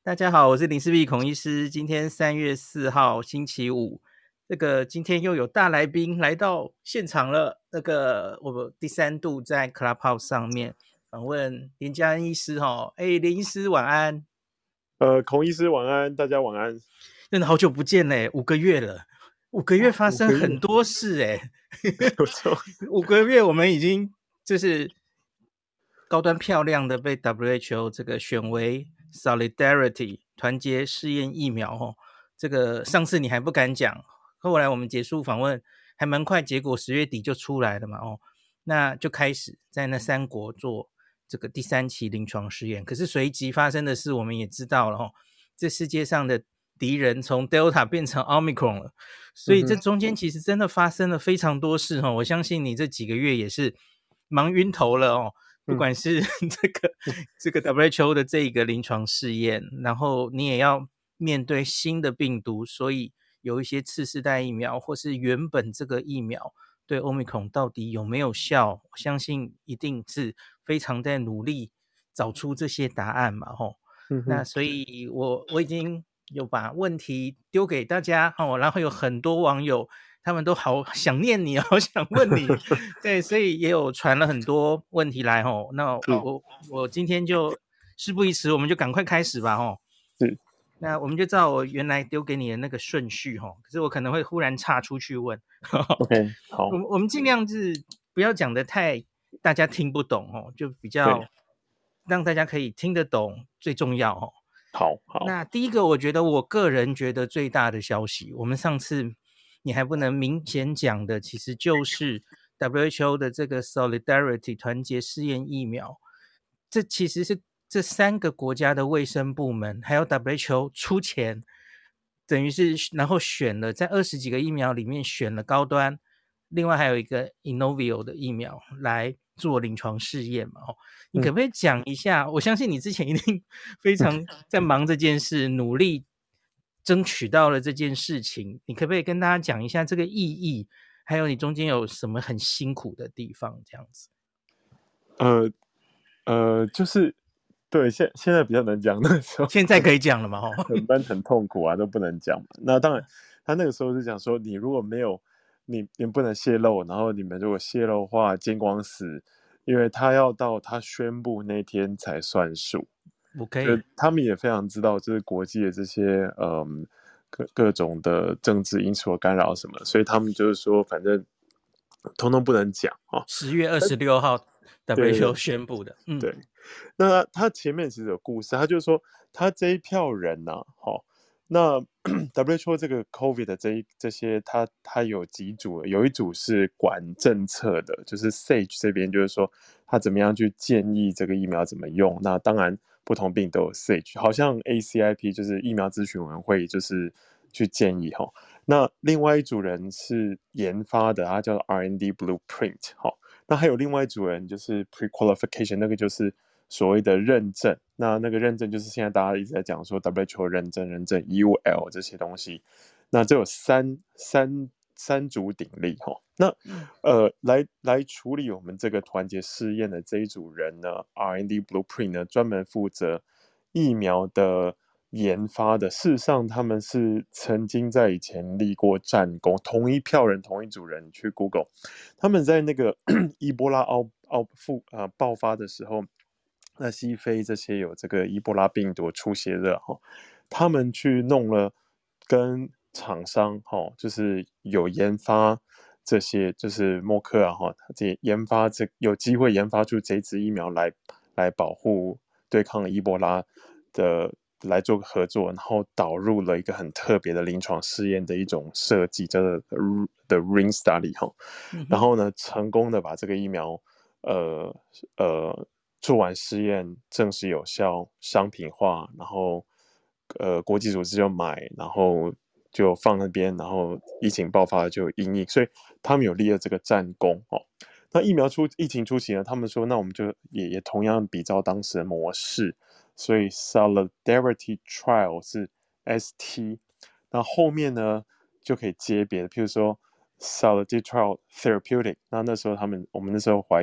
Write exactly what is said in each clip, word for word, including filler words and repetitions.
大家好，我是林氏璧孔医师。今天三月四号星期五，这个今天又有大来宾来到现场了。那个我第三度在 Clubhouse 上面访问连家恩医师哈，哎，连医师晚安。 呃，孔医师晚安，大家晚安。 真的好久不见嘞，五个月了，五个月发生很多事哎。 有错， 五个月我们已经就是高端漂亮的被 W H O 这个选为 Solidarity 团结试验疫苗哦。这个上次你还不敢讲，后来我们结束访问还蛮快，结果十月底就出来了嘛哦，那就开始在那三国做这个第三期临床试验。可是随即发生的事我们也知道了哦，这世界上的敌人从 Delta 变成 Omicron 了，所以这中间其实真的发生了非常多事哦。我相信你这几个月也是忙晕头了哦，不管是这个这个 W H O 的这个临床试验，然后你也要面对新的病毒，所以有一些次世代疫苗或是原本这个疫苗对 Omicron 到底有没有效，我相信一定是非常在努力找出这些答案嘛吼。那所以我我已经有把问题丢给大家哦，然后有很多网友他们都好想念你，好想问你，对，所以也有传了很多问题来哦。那我我今天就事不宜迟，我们就赶快开始吧哦。 是， 那我们就照我原来丢给你的那个顺序哈，可是我可能会忽然岔出去问。 OK， 好， 我们我们尽量是不要讲的太大家听不懂哦，就比较让大家可以听得懂最重要哦。 好好。 那第一个，我觉得我个人觉得最大的消息，我们上次你还不能明显讲的，其实就是 W H O 的这个 Solidarity 团结试验疫苗，这其实是这三个国家的卫生部门还有 W H O 出钱，等于是然后选了在二十几个疫苗里面选了高端，另外还有一个 Inovio 的疫苗来做临床试验嘛。你可不可以讲一下，我相信你之前一定非常在忙这件事，努力争取到了这件事情，你可不可以跟大家讲一下这个意义，还有你中间有什么很辛苦的地方这样子？ 呃呃，就是对，现现在比较能讲，那个时候现在可以讲了吗？ 很闷很痛苦啊，都不能讲嘛。那当然，他那个时候是讲说，你如果没有你你不能泄露，然后你们如果泄露的话，监光死，因为他要到他宣布那天才算数。 OK， 他们也非常知道，就是国际的这些嗯各各种的政治因素的干扰什么，所以他们就是说，反正通通不能讲啊。 十月二十六号 W H O 宣布的，嗯， 对。那他前面其实有故事，他就是说，他这一票人呢、啊，好，那 W H O 这个 COVID 的这一这些，他他有几组，有一组是管政策的，就是 S A G E 这边就是说他怎么样去建议这个疫苗怎么用。那当然不同病都有 S A G E， 好像 A C I P 就是疫苗咨询委员会，就是去建议哈。那另外一组人是研发的，他叫 R and D Blueprint 哈。那还有另外一组人就是 Pre-Qualification， 那个就是所谓的认证。那那个认证就是现在大家一直在讲说 W H O 认证、认证 U L 这些东西。那这有三三三组鼎立哈。那呃，来来处理我们这个团结试验的这一组人呢 ，R and D Blueprint 呢，专门负责疫苗的研发的。事实上，他们是曾经在以前立过战功，同一票人、同一组人去 Google， 他们在那个伊波拉奥奥复呃爆发的时候，那西非这些有这个伊波拉病毒出血热哈，他们去弄了跟厂商哈，就是有研发这些，就是默克啊哈，这研发这有机会研发出这支疫苗来来保护对抗伊波拉的。来做合作，然后导入了一个很特别的临床试验的一种设计，叫做 The Ring Study 哈。然后呢，成功的把这个疫苗，呃呃，做完试验，证实有效，商品化，然后呃，国际组织就买，然后就放那边，然后疫情爆发了就因应，所以他们有立了这个战功哦。那疫苗出疫情初期呢，他们说，那我们就也也同样比照当时的模式。所以 Solidarity Trial 是 S T， 那后面呢就可以接别的，譬如说 Solidarity Trial Therapeutic， 那那时候他们我们那时候怀疑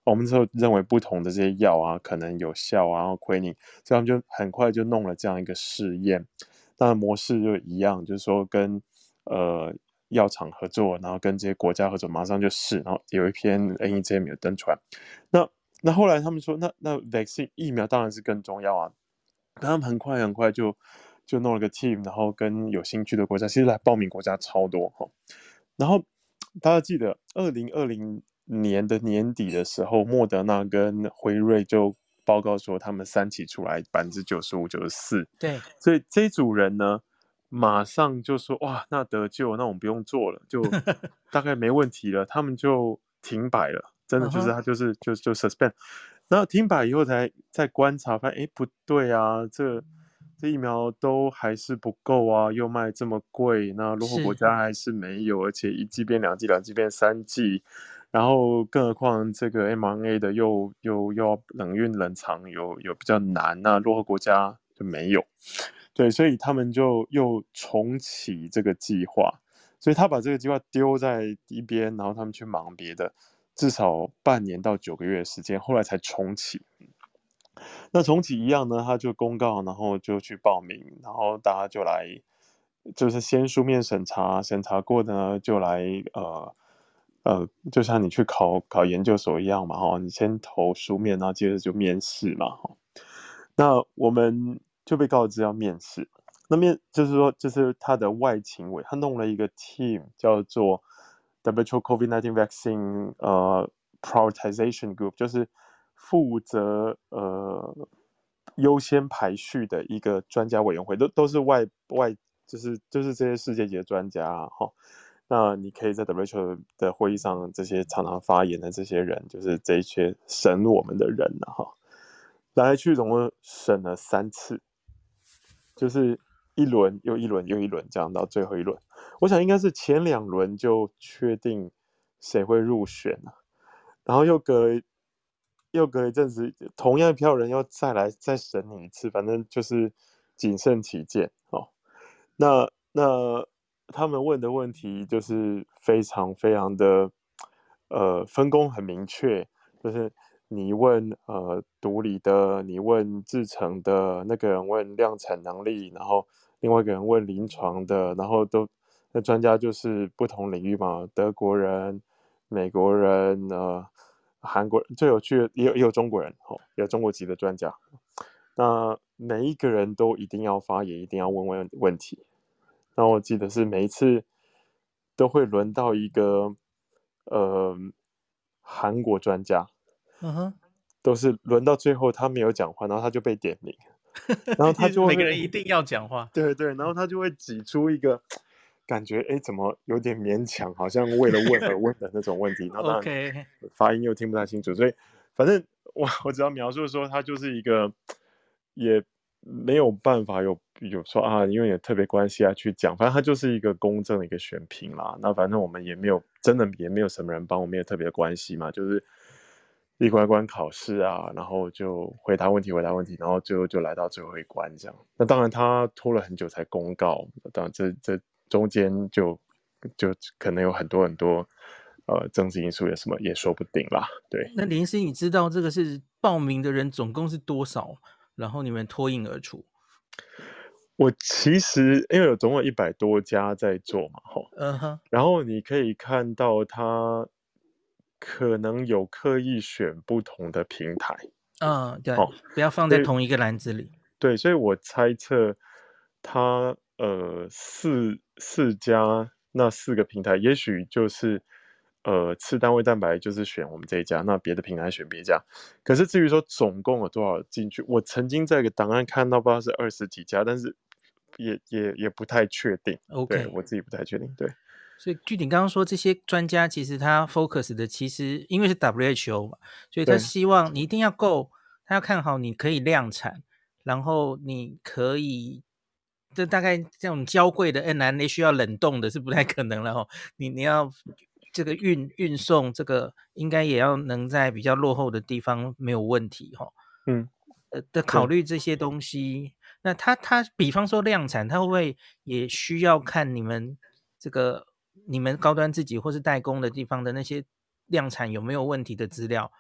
我们之后认为不同的这些药啊可能有效啊，然后奎宁，所以他们就很快就弄了这样一个试验。那模式就一样，就是说跟呃药厂合作，然后跟这些国家合作，马上就试，然后有一篇 N E J M 有登出来。那那后来他们说，那那 vaccine 疫苗当然是更重要啊，他们很快很快就就弄了个 team，然后跟有兴趣的国家，其实来报名国家超多哈。然后大家记得，二零二零年的年底的时候，莫德纳跟辉瑞就报告说，他们三期出来百分之九十五、九十四， 对， 所以这一组人呢，马上就说哇，那得救，那我们不用做了，就大概没问题了，他们就停摆了，真的就是嗯哼， 他就是就就 suspend，然后停摆以后才再观察，发现哎不对啊，这这疫苗都还是不够啊，又卖这么贵，那落后国是家还是没有，而且一剂变两剂，两剂变三剂，然后更何况这个 M R N A 的又又又要冷运冷藏，有有比较难，那落后国家就没有，对，所以他们就又重启这个计划，所以他把这个计划丢在一边，然后他们去忙别的，至少半年到九个月的时间，后来才重启。那重启一样呢，他就公告，然后就去报名，然后大家就来，就是先书面审查，审查过的呢就来，呃呃，就像你去考考研究所一样嘛，哈，你先投书面，然后接着就面试嘛，哈。那我们就被告知要面试，那面就是说，就是他的外勤委，他弄了一个 team 叫做 W H O COVID nineteen Vaccine 呃 Prioritization Group，就是负责呃优先排序的一个专家委员会，都都是外外就是就是这些世界级的专家啊，哈。那你可以在 W H O 的会议上，这些常常发言的这些人，就是这一些审我们的人了、啊、哈。来来去总共审了三次，就是一轮又一轮又一轮这样到最后一轮。我想应该是前两轮就确定谁会入选了，然后又隔又隔一阵子，同样一票人又再来再审你一次，反正就是谨慎起见哦。那那他们问的问题就是非常非常的呃分工很明确，就是你问呃毒理的，你问制成的，那个人问量产能力，然后另外一个人问临床的，然后都那专家就是不同领域嘛，德国人、美国人、呃韩国人，最有趣的也有也有中国人，哦，有中国籍的专家。那每一个人都一定要发言，一定要问问问题。那我记得是每一次都会轮到一个呃韩国专家， 嗯哼， 都是轮到最后他没有讲话，然后他就被点名，然后他就每个人会一定要讲话。 对对，然后他就会挤出一个感觉，哎，怎么有点勉强，好像为了问而问的那种问题。然后当然 OK， 发音又听不太清楚，所以反正我我只要描述说，他就是一个也没有办法有有说啊，因为有特别关系啊去讲，反正他就是一个公正的一个选评啦。那反正我们也没有真的也没有什么人帮我们有特别的关系嘛，就是一关关考试啊，然后就回答问题回答问题，然后最后就来到最后一关这样。那当然他拖了很久才公告，当然这这中间就就可能有很多很多呃政治因素也什么也说不定啦，对。 那林师，你知道这个是报名的人总共是多少？然后你们脱颖而出。 我其实因为有总共一百多家在做嘛，吼， 嗯哼， 然后你可以看到他可能有刻意选不同的平台， 嗯，对， 哦， 不要放所以在同一个篮子里。 对，所以我猜测他呃四四家那四个平台，也许就是呃次单位蛋白就是选我们这一家，那别的平台选别家。可是至于说总共有多少进去，我曾经在一个档案看到不知道是二十几家，但是也也也不太确定，对 OK， 我自己不太确定，对所以据你刚刚说，这些专家其实他 focus 的其实因为是 W H O 嘛，所以他对希望你一定要够，他要看好你可以量产，然后你可以，这大概这种娇贵的 N R N A 需要冷冻的是不太可能了哦。你你要这个运运送这个应该也要能在比较落后的地方没有问题哈、哦。 嗯呃的考对。 虑这些东西，那他他比方说量产，他会不会也需要看你们这个你们高端自己或是代工的地方的那些量产有没有问题的资料，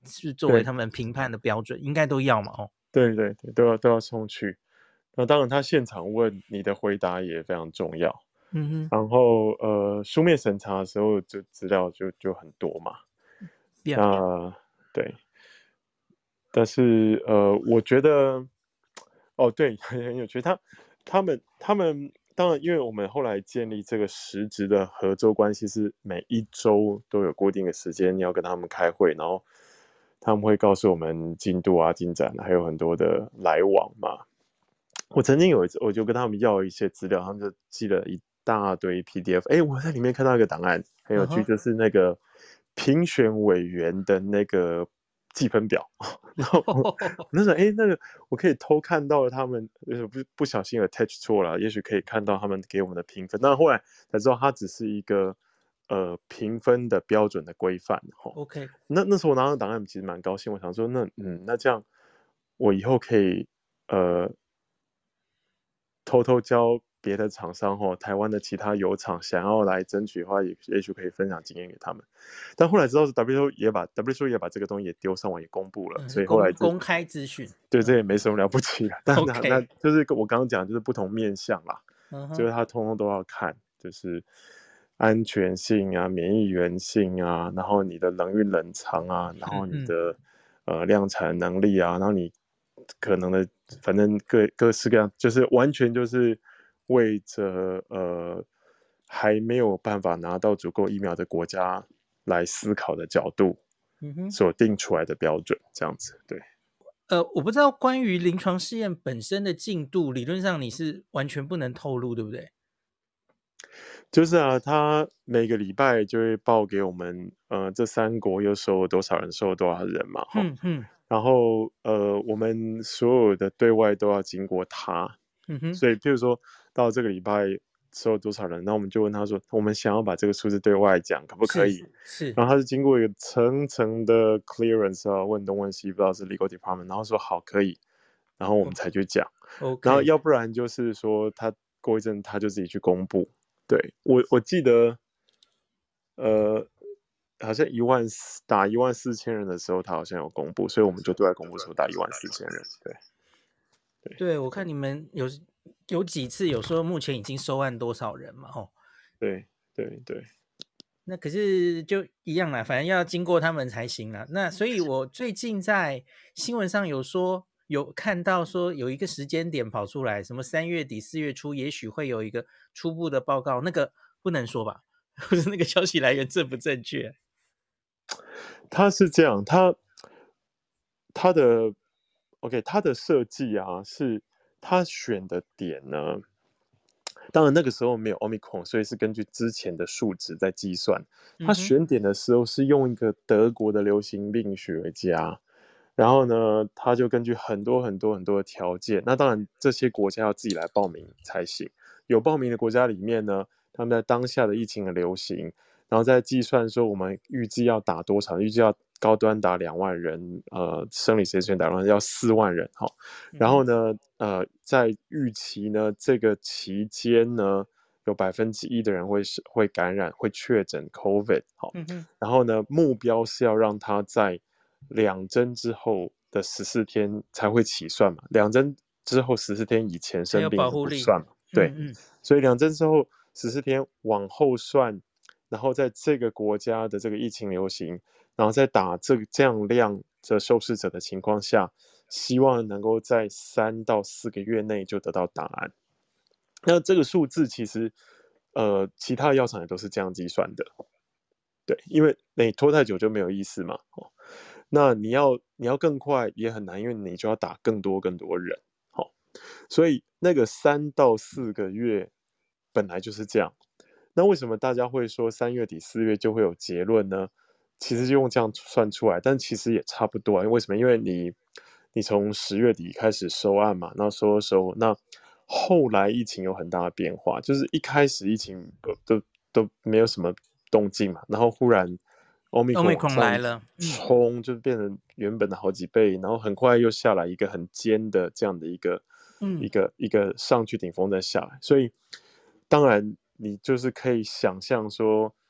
是作为他们评判的标准，应该都要嘛？哦， 对对对，都要都要送去。那当然，他现场问你的回答也非常重要。 嗯哼， 然后呃，书面审查的时候就资料就就很多嘛。 yeah. 那对，但是呃，我觉得哦，对，很有趣。他他们他们当然，因为我们后来建立这个实质的合作关系，是每一周都有固定的时间要跟他们开会，然后他们会告诉我们进度啊、进展，还有很多的来往嘛。我曾经有一次，我就跟他们要一些资料，他们就寄了一大堆 P D F。哎，我在里面看到一个档案，很有趣， 嗯哼， 就是那个评选委员的那个计分表。然后我我那时候，哎，那个我可以偷看到了他们，就是不不小心 attach 错了，也许可以看到他们给我们的评分。但后来才知道，它只是一个呃评分的标准的规范。哈， OK， 那那时候我拿到档案，其实蛮高兴。我想说，那嗯，那这样我以后可以呃。偷偷教别的厂商或台湾的其他油厂想要来争取的话，也也许可以分享经验给他们。但后来知道是 W T O 也把 W T O 也把这个东西也丢上网也公布了， 嗯，是所以后来就公公开资讯。 对，这嗯也没什么了不起了。但那那 ，OK， 就是我刚刚讲，就是不同面向啦， 嗯哼， 就是他通通都要看，就是安全性啊、免疫原性啊，然后你的冷运冷藏啊，然后嗯嗯你的呃量产能力啊，然后你可能的，反正各各式各样，就是完全就是为着呃还没有办法拿到足够疫苗的国家来思考的角度嗯哼。 所定出来的标准，这样子。对。 呃，我不知道关于临床试验本身的进度，理论上你是完全不能透露，对不对？ 就是啊，他每个礼拜就会报给我们，呃，这三国又收了多少人，收了多少人嘛，哈。 嗯嗯然后呃，我们所有的对外都要经过他， 嗯哼， 所以譬如说到这个礼拜收了多少人，那我们就问他说，我们想要把这个数字对外讲，可不可是以？ 是然后他是经过一个层层的 clearance 啊，问东问西，不知道是 legal department，然后说好可以，然后我们才去讲。然后 ，OK， 要不然就是说他过一阵他就自己去公布。对，我我记得，呃，好像一万四打一万四千人的时候，他好像有公布，所以我们就对外公布说打一万四千人。对对对，我看你们有有几次有说目前已经收案多少人嘛，哦， 对对对， 那可是就一样啦，反正要经过他们才行啦。那所以我最近在新闻上有说，有看到说有一个时间点跑出来，什么三月底四月初，也许会有一个初步的报告，那个不能说吧？或者那个消息来源正不正确？ 他是这样，他他的 OK，他的设计啊，是他选的点呢。当然那个时候没有 Omicron，所以是根据之前的数值在计算。他嗯哼， 选点的时候是用一个德国的流行病学家，然后呢，他就根据很多很多很多的条件，那当然这些国家要自己来报名才行。有报名的国家里面呢，他们在当下的疫情的流行，然后再计算说我们预计要打多少，预计要高端打两万人，呃，生理实验打完要四万人，哈、哦。然后呢，呃，在预期呢这个期间呢，有百分之一的人会是会感染，会确诊 COVID， 好、哦。 嗯哼， 然后呢，目标是要让他在两针之后的十四天才会起算嘛，两针之后十四天以前才有生病就保护力。 不算嘛，对， 嗯嗯所以两针之后十四天往后算，然后在这个国家的这个疫情流行，然后再打这这样量的受试者的情况下，希望能够在三到四个月内就得到答案。那这个数字其实，呃，其他的药厂也都是这样计算的。对，因为你拖太久就没有意思嘛。哦，那你要你要更快也很难，因为你就要打更多更多人。好、哦，所以那个三到四个月本来就是这样。那为什么大家会说三月底四月就会有结论呢？其实就用这样算出来，但其实也差不多啊。为什么？因为你你从十月底开始收案嘛，那收收，那后来疫情有很大的变化，就是一开始疫情都都都没有什么动静嘛，然后忽然 Omicron 往 ，Omicron 来上了，嗯冲，就变成原本的好几倍，然后很快又下来一个很尖的这样的一个一嗯个一个上去顶峰再下来，所以当然你就是可以想象说，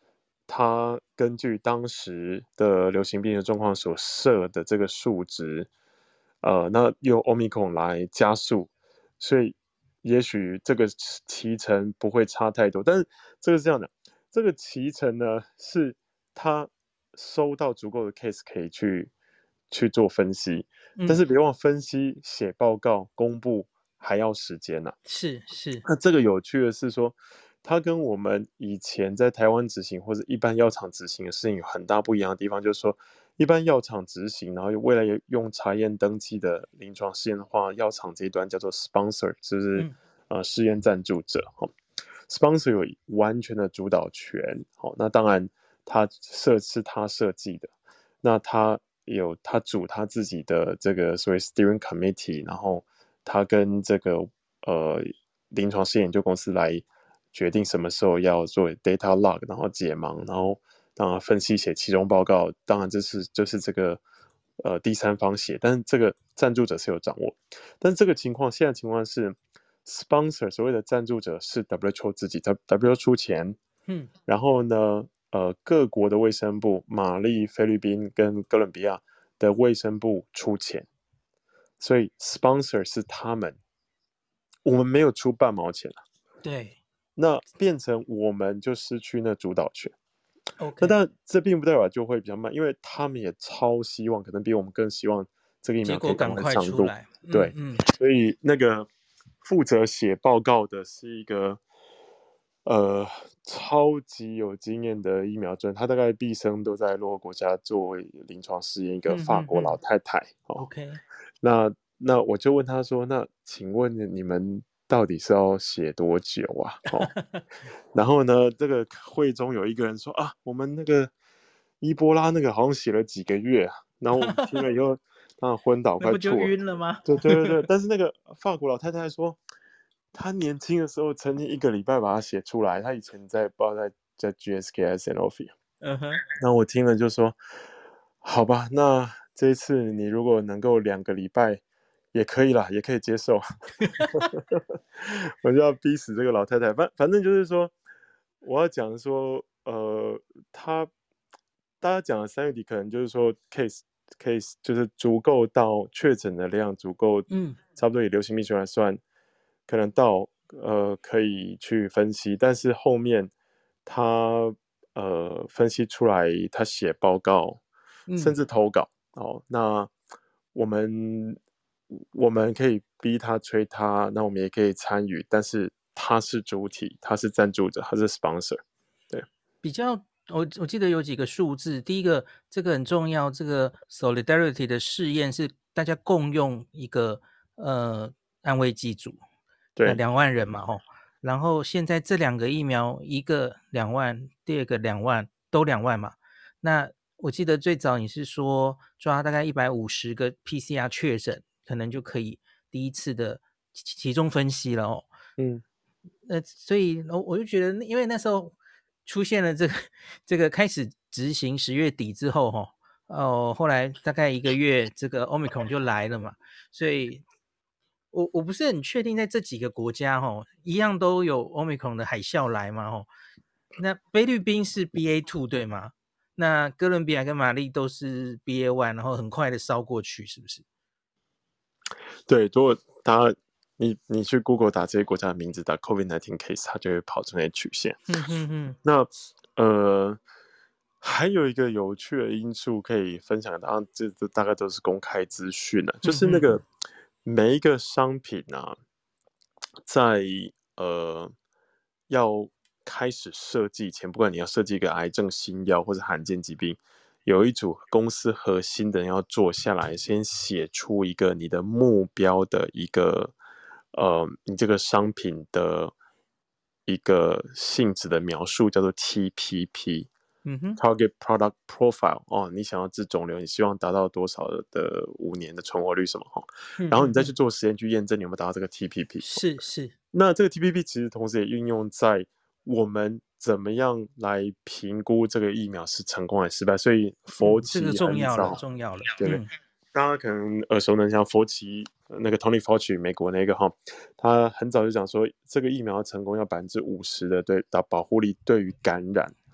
它根据当时的流行病学状况所设的这个数值，呃，那用 Omicron 来加速，所以也许这个期程不会差太多。但是这个是这样的，这个期程呢，是他收到足够的 case 可以去去做分析，但嗯， 是别忘分析、写报告、公布还要时间呐、 是是， 那这个有趣的是说，它跟我们以前在台湾执行或者一般药厂执行的事情有很大不一样的地方，就是说，一般药厂执行，然后未来用查验登记的临床试验的话，药厂这一端叫做 sponsor，就是嗯呃试验赞助者哈、哦。sponsor 有完全的主导权，好、哦，那当然他设是他设计的，那他有他组他自己的这个所谓 steering committee，然后他跟这个呃临床试验研究公司来决定什么时候要做 data log， 然后解盲，然后当然分析写期中报告，当然这是就是这个呃第三方写，但是这个赞助者是有掌握，但是这个情况现在情况是 sponsor 所谓的赞助者是 W H O 自己 ，W H O 出钱， 嗯， 然后呢，呃，各国的卫生部，马利、菲律宾跟哥伦比亚的卫生部出钱，所以 sponsor 是他们，我们没有出半毛钱啊， 对那变成我们就失去那主导权。那 ，OK， 当然，这并不代表就会比较慢，因为他们也超希望，可能比我们更希望这个疫苗可以赶结果赶快上路。 快出来，嗯对， 嗯所以那个负责写报告的是一个呃超级有经验的疫苗专，他大概毕生都在落后国家作为临床试验，一个嗯法国老嗯嗯太太哦。 ，OK， 那那我就问他说：“那请问你们到底是要写多久啊？”哦，然后呢，这个会中有一个人说：“啊，我们那个伊波拉那个好像写了几个月啊。”然后我们听了以后，当然昏倒那不就快吐了。 晕了吗？ 对对对对，但是那个法国老太太说，她年轻的时候曾经一个礼拜把它写出来。她以前在不知道在在 G S K 还是 Sanofi。 嗯哼， 那我听了就说，好吧，那这一次你如果能够两个礼拜也可以啦，也可以接受。我就要逼死这个老太太。反反正就是说，我要讲说，呃，他大家讲的三月底可能就是说 case case 就是足够到确诊的量足够， 嗯差不多以流行病学来算，可能到呃可以去分析，但是后面他呃分析出来，他写报告，甚嗯， 至投稿哦，那我们我们可以逼他催他，那我们也可以参与，但是他是主体，他是赞助者，他是 sponsor。对比较，我我记得有几个数字，第一个这个很重要，这个 solidarity 的试验是大家共用一个呃安慰剂组，那对两万人嘛，吼，然后现在这两个疫苗，一个两万，第二个两万，都两万嘛。那我记得最早你是说抓大概一百五十个 P C R 确诊，可能就可以第一次的其其中分析了哦。 嗯那所以我我就觉得，因为那时候出现了这个这个开始执行十月底之后，哈，哦，后来大概一个月，这个 Omicron 就来了嘛，所以我我不是很确定，在这几个国家，哈，一样都有 Omicron 的海啸来嘛，哈，那菲律宾是 B A two 对吗？那哥伦比亚跟马利都是 B A one，然后很快的烧过去，是不是？ 对，如果他你你去 Google 打这些国家的名字，打 COVID 十九 case，它就会跑出那些曲线。 哼哼哼， 那呃，还有一个有趣的因素可以分享，当然这这大概都是公开资讯了，就是那个哼哼哼， 每一个商品啊，在呃要开始设计前，不管你要设计一个癌症新药或者罕见疾病，有一组公司核心的人要坐下来，先写出一个你的目标的一个呃，你这个商品的一个性质的描述，叫做 T P P。 嗯哼， Target Product Profile 哦，你想要治肿瘤，你希望达到多少的五年的存活率什么哈，然后你再去哼哼哼， 做实验去验证你有没有达到这个 T P P。 是是， 那这个 T P P 其实同时也运用在我们怎么样来评估这个疫苗是成功还是失败，所以佛嗯，这个奇重要了， 很早， 重要了， 对不对？ 嗯。 大家可能耳熟能详，佛奇那个 Tony Fauci 美国那个哈，他很早就讲说，这个疫苗成功要百分之五十的对的保护力对于感染，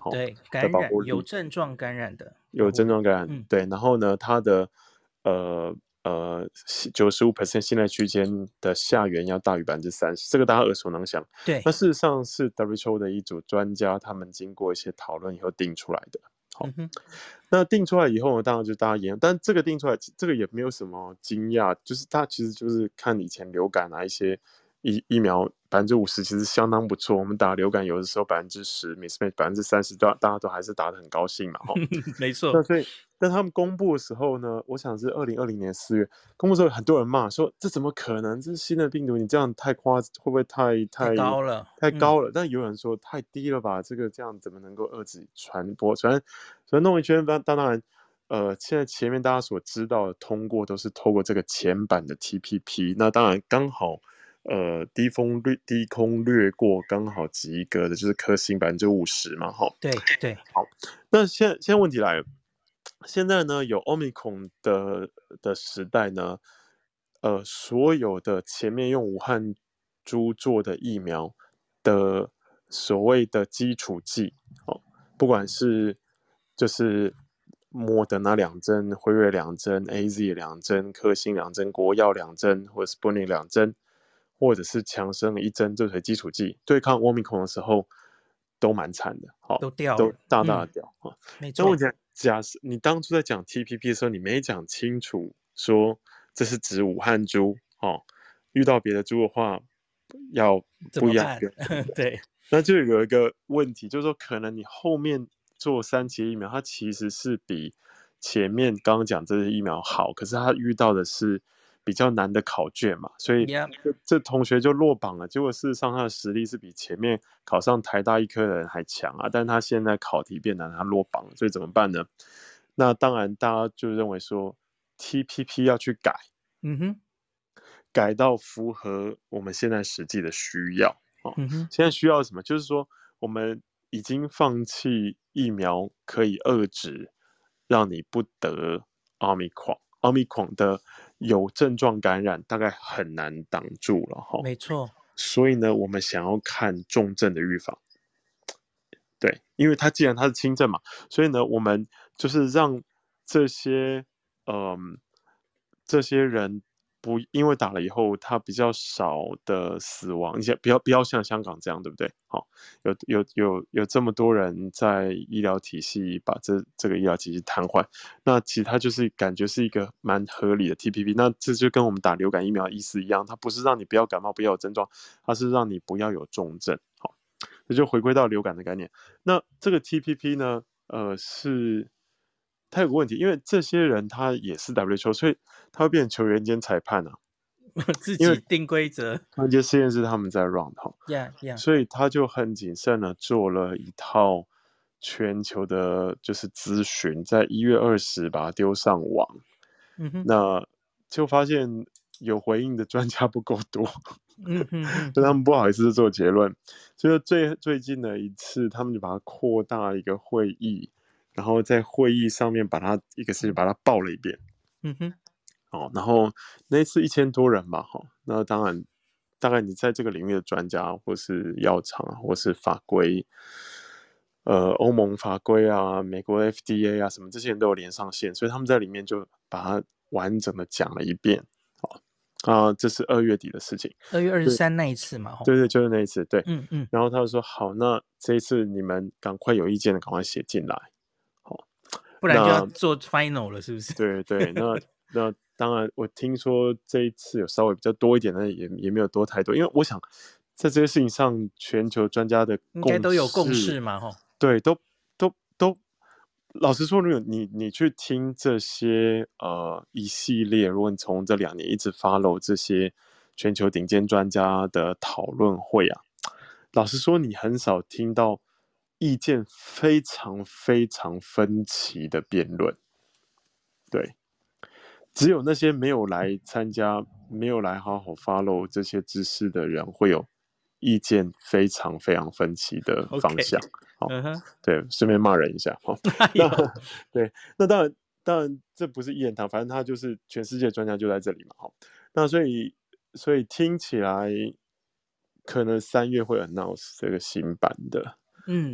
对， 的感保护力， 染有症状感染的保有护力， 症状感染， 嗯， 对，然后呢，它的呃呃九十五 percent 信赖区间的下缘要大于百分之三十，这个大家耳熟能详。 对， 那事实上是 W H O 的一组专家他们经过一些讨论以后定出来的。好， 嗯哼， 那定出来以后呢，当然就大家研究，但这个定出来，这个也没有什么惊讶，就是它其实就是看以前流感啊一些疫疫苗百分之五十其实相当不错，我们打流感有的时候百分之十，mismatch 百分之三十，大大家都还是打得很高兴嘛，哈。 没错， 那所以，但他们公布的时候呢，我想是二零二零年四月公布的时候，很多人骂说这怎么可能？这是新的病毒，你这样太夸，会不会太太太高了，嗯， 太高了？但有人说太低了吧？这个这样怎么能够遏制传播？反正反正弄一圈，当当然，呃，现在前面大家所知道的通过都是透过这个前版的 T P P，那当然刚好。呃，低风略低空掠过刚好及格的，就是颗星百分之五十嘛，哈。 对对， 好，那现在现在问题来了，现在呢有 Omicron 的的时代呢，呃，所有的前面用武汉猪做的疫苗的所谓的基础剂，哦，不管是就是莫德纳两针、辉瑞两针、A Z 两针、科兴两针、国药两针，或者 Sputnik 两针，或者是强生一针，这些基础剂对抗 Omicron 的时候都蛮惨的，好、 都掉了， 都大大的嗯， 掉啊。 没错， 那问题来假设你当初在讲 T P P 的时候，你没讲清楚说这是指武汉猪哦，遇到别的猪的话要不一样怎么办？ 标准。 对， 那就有一个问题，就是说可能你后面做三期疫苗，它其实是比前面刚刚讲这些疫苗好，可是他遇到的是比较难的考卷嘛，所以呀， 这这同学就落榜了。结果事实上他的实力是比前面考上台大医科的人还强啊，但他现在考题变难，他落榜了，所以怎么办呢？那当然大家就认为说 T P P 要去改， 嗯哼， 改到符合我们现在实际的需要。哦， 嗯哼， 现在需要什么？就是说我们已经放弃疫苗可以遏制让你不得奥密克戎，奥密克戎的有症状感染大概很难挡住了哈。 没错， 所以呢，我们想要看重症的预防。对，因为它既然它是轻症嘛，所以呢，我们就是让这些嗯这些人不因为打了以后，他比较少的死亡，你像不要不要像香港这样，对不对？好，有有有有这么多人在医疗体系把这这个医疗体系瘫痪，那其实它就是感觉是一个蛮合理的 T P P，那这就跟我们打流感疫苗意思一样，它不是让你不要感冒，不要有症状，它是让你不要有重症。好，这就回归到流感的概念。那这个 T P P 呢，呃，是它有个问题，因为这些人他也是 W H O，所以他会变成球员兼裁判啊。 自因为己定规则， 团结实验室他们在 run 哈， 呀呀， 所以他就很谨慎的做了一套全球的，就是咨询，在一月二十把它丢上网， 嗯哼， 那就发现有回应的专家不够多， 嗯哼哼所以他哼， 们不好意思做结论。所以最最近的一次，他们就把它扩大一个会议，然后在会议上面把它一个事情把它报了一遍。 嗯哼， 哦，然后那一次一千多人吧，哈，那当然，大概你在这个领域的专家，或是药厂啊，或是法规，呃，欧盟法规啊，美国 F D A 啊，什么这些人都有连上线，所以他们在里面就把它完整的讲了一遍。好，啊、这是二月底的事情。 二月二十对三那一次嘛，吼， 对对，就是那一次，对。 嗯嗯， 然后他就说，好，那这一次你们赶快有意见的，赶快写进来。好， 不然就要那做 final 了，是不是？ 对对，那那当然，我听说这一次有稍微比较多一点，但也也没有多太多，因为我想在这些事情上，全球专家的应该共都有共识， 识嘛，吼， 对，都都都，老实说，如果你你去听这些呃一系列，如果你从这两年一直 follow 这些全球顶尖专家的讨论会啊，老实说，你很少听到意见非常非常分歧的辩论，对。只有那些没有来参加、没有来好好 follow 这些知识的人，会有意见非常非常分歧的方向。 ，OK， 好， 嗯哼， 对，顺便骂人一下。好， 哎那呦， 对，那当然，当然这不是一言堂，反正他就是全世界专家就在这里嘛。好，那所以，所以听起来可能三月会 announce 这个新版的。 嗯， 对，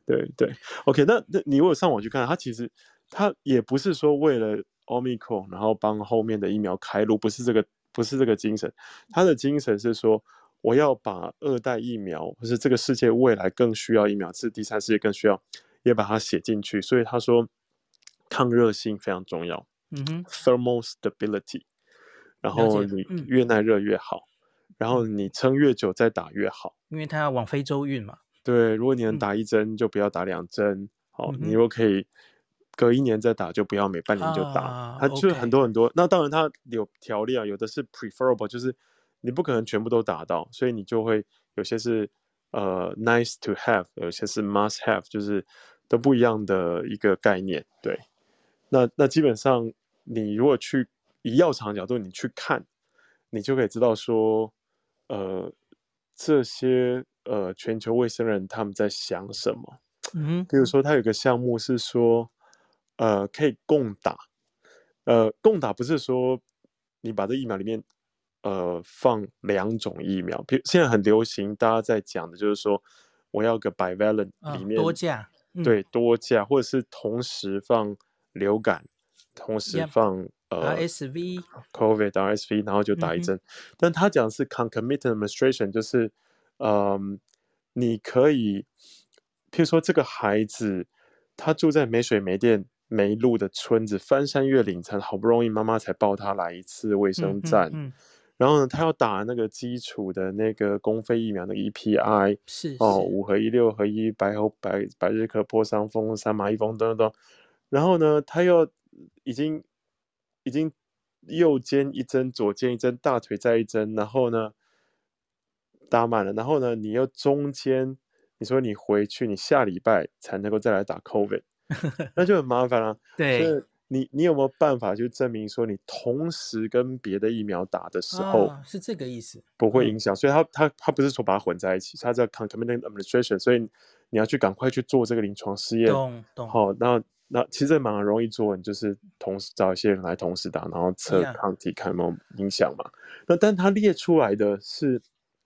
对对，OK，那那你如果上网去看，它其实它也不是说为了 Omicron 然后帮后面的疫苗开路，不是这个不是这个精神，它的精神是说我要把二代疫苗或是这个世界未来更需要疫苗，是第三世界更需要，也把它写进去，所以他说抗热性非常重要， 嗯哼， thermal stability，然了解， 后你嗯越耐热越好，然后嗯， 你撑越久再打越好。 因为他要往非洲运嘛， 对，如果你能嗯打一针，就不要打两针。好， 嗯哼， 你如果可以隔一年再打，就不要每半年就打。 啊它就是很 ，OK， 多很多。那当然，它有条例啊，有的是 preferable，就是你不可能全部都打到，所以你就会有些是呃 nice to have，有些是 must have，就是都不一样的一个概念。对，那那基本上你如果去以药厂角度你去看，你就可以知道说，呃，这些呃全球卫生人他们在想什么。 嗯哼， 比如说，他有个项目是说，呃，可以共打。呃，共打不是说你把这疫苗里面呃放两种疫苗，比如现在很流行，大家在讲的就是说，我要个 bivalent 里啊，多面价，嗯对多价，或者是同时放流感，同时放呃 ，Yep，R S V， COVID R S V，然后就嗯哼， 打一针。但他讲的是 concomitant administration，就是嗯，你可以，譬如说这个孩子他住在没水没电没路的村子，翻山越岭才好不容易妈妈才抱他来一次卫嗯生站， 嗯嗯， 然后呢，他要打那个基础的那个公费疫苗的 E P I，哦， 是是， 五合一、六合一、白喉白百日咳、破伤风、三麻一风等等等，然后呢，他又已经已经右肩一针，左肩一针，大腿再一针，然后呢打满了，然后呢，你又中间你说你回去，你下礼拜才能够再来打 COVID，那就很麻烦了。所对以你你有没有办法去证明说你同时跟别的疫苗打的时候啊，是这个意思，嗯， 不会影响？所以他他他不是说把它混在一起，他在 concomitant administration，所以你要去赶快去做这个临床试验。 懂懂好，那那其实蛮容易做，你就是同时找一些人来同时打，然后测 ，Yeah， 抗体看有没有影响嘛。那但他列出来的是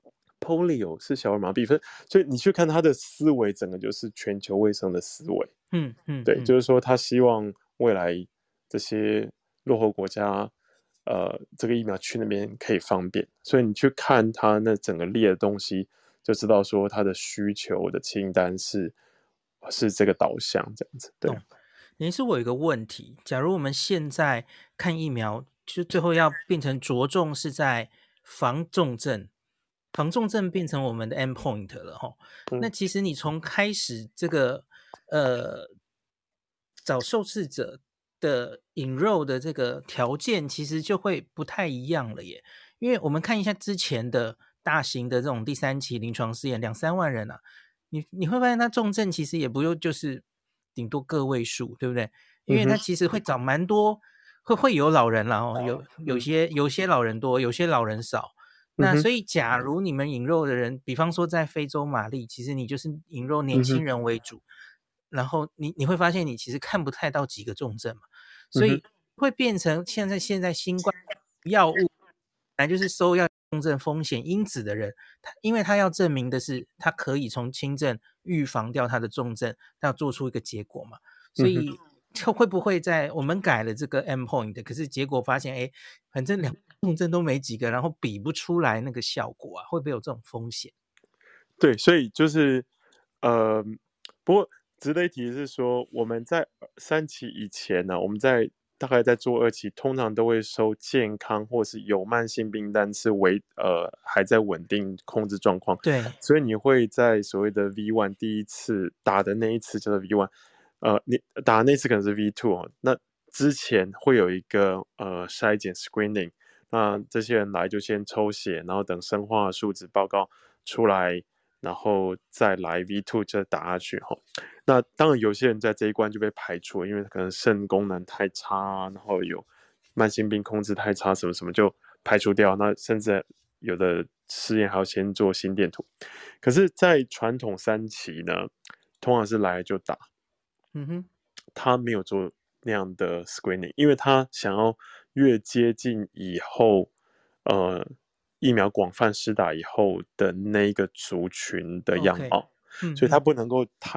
polio 是小儿麻痹分，所以你去看他的思维，整个就是全球卫生的思维。对， 嗯嗯嗯， 就是说他希望未来这些落后国家，呃，这个疫苗去那边可以方便，所以你去看他那整个列的东西，就知道说他的需求的清单是是这个导向这样子。对， 懂。您是我有一个问题，假如我们现在看疫苗，就最后要变成着重是在防重症，防重症变成我们的 endpoint 了哈。那嗯其实你从开始这个呃找受试者的引入的这个条件，其实就会不太一样了耶。因为我们看一下之前的大型的这种第三期临床试验，两三万人啊，你你会发现它重症其实也不用就是顶多个位数，对不对？因嗯哼为它其实会找蛮多，会会有老人啦哦，有有嗯些有些老人多，有些老人少。 嗯哼那所以，假如你们引肉的人，比方说在非洲马利，其实你就是引肉年轻嗯哼人为主，然后你你会发现你其实看不太到几个重症嘛，所嗯哼以会变成现在现在新冠药物本来就是收药重症风险因子的人，他因为他要证明的是他可以从轻症预防掉他的重症，他要做出一个结果嘛，所嗯哼。 以就会不会在我们改了这个 endpoint，可是结果发现，哎，反正两重症都没几个，然后比不出来那个效果啊，会不会有这种风险？ 对，所以就是，呃，不过值得一提的是说，我们在三期以前呢，我们在大概在做二期，通常都会收健康或是有慢性病，但是为呃还在稳定控制状况， 对所以你会在所谓的 V one 第一次打的那一次叫做 V one，呃，你打的那次可能是 V two 哦，那之前会有一个呃筛检 screening，那这些人来就先抽血，然后等生化数值报告出来。然后再来 V two 就打下去哈。那当然有些人在这一关就被排除了，因为可能肾功能太差，然后有慢性病控制太差，什么什么就排除掉。那甚至有的试验还要先做心电图。可是，在传统三期呢，通常是来就打， 嗯哼， 他没有做那样的 screening，因为他想要越接近以后，呃，疫苗广泛施打以后的那一个族群的样 ，OK， 貌， 嗯嗯， 所以他不能够太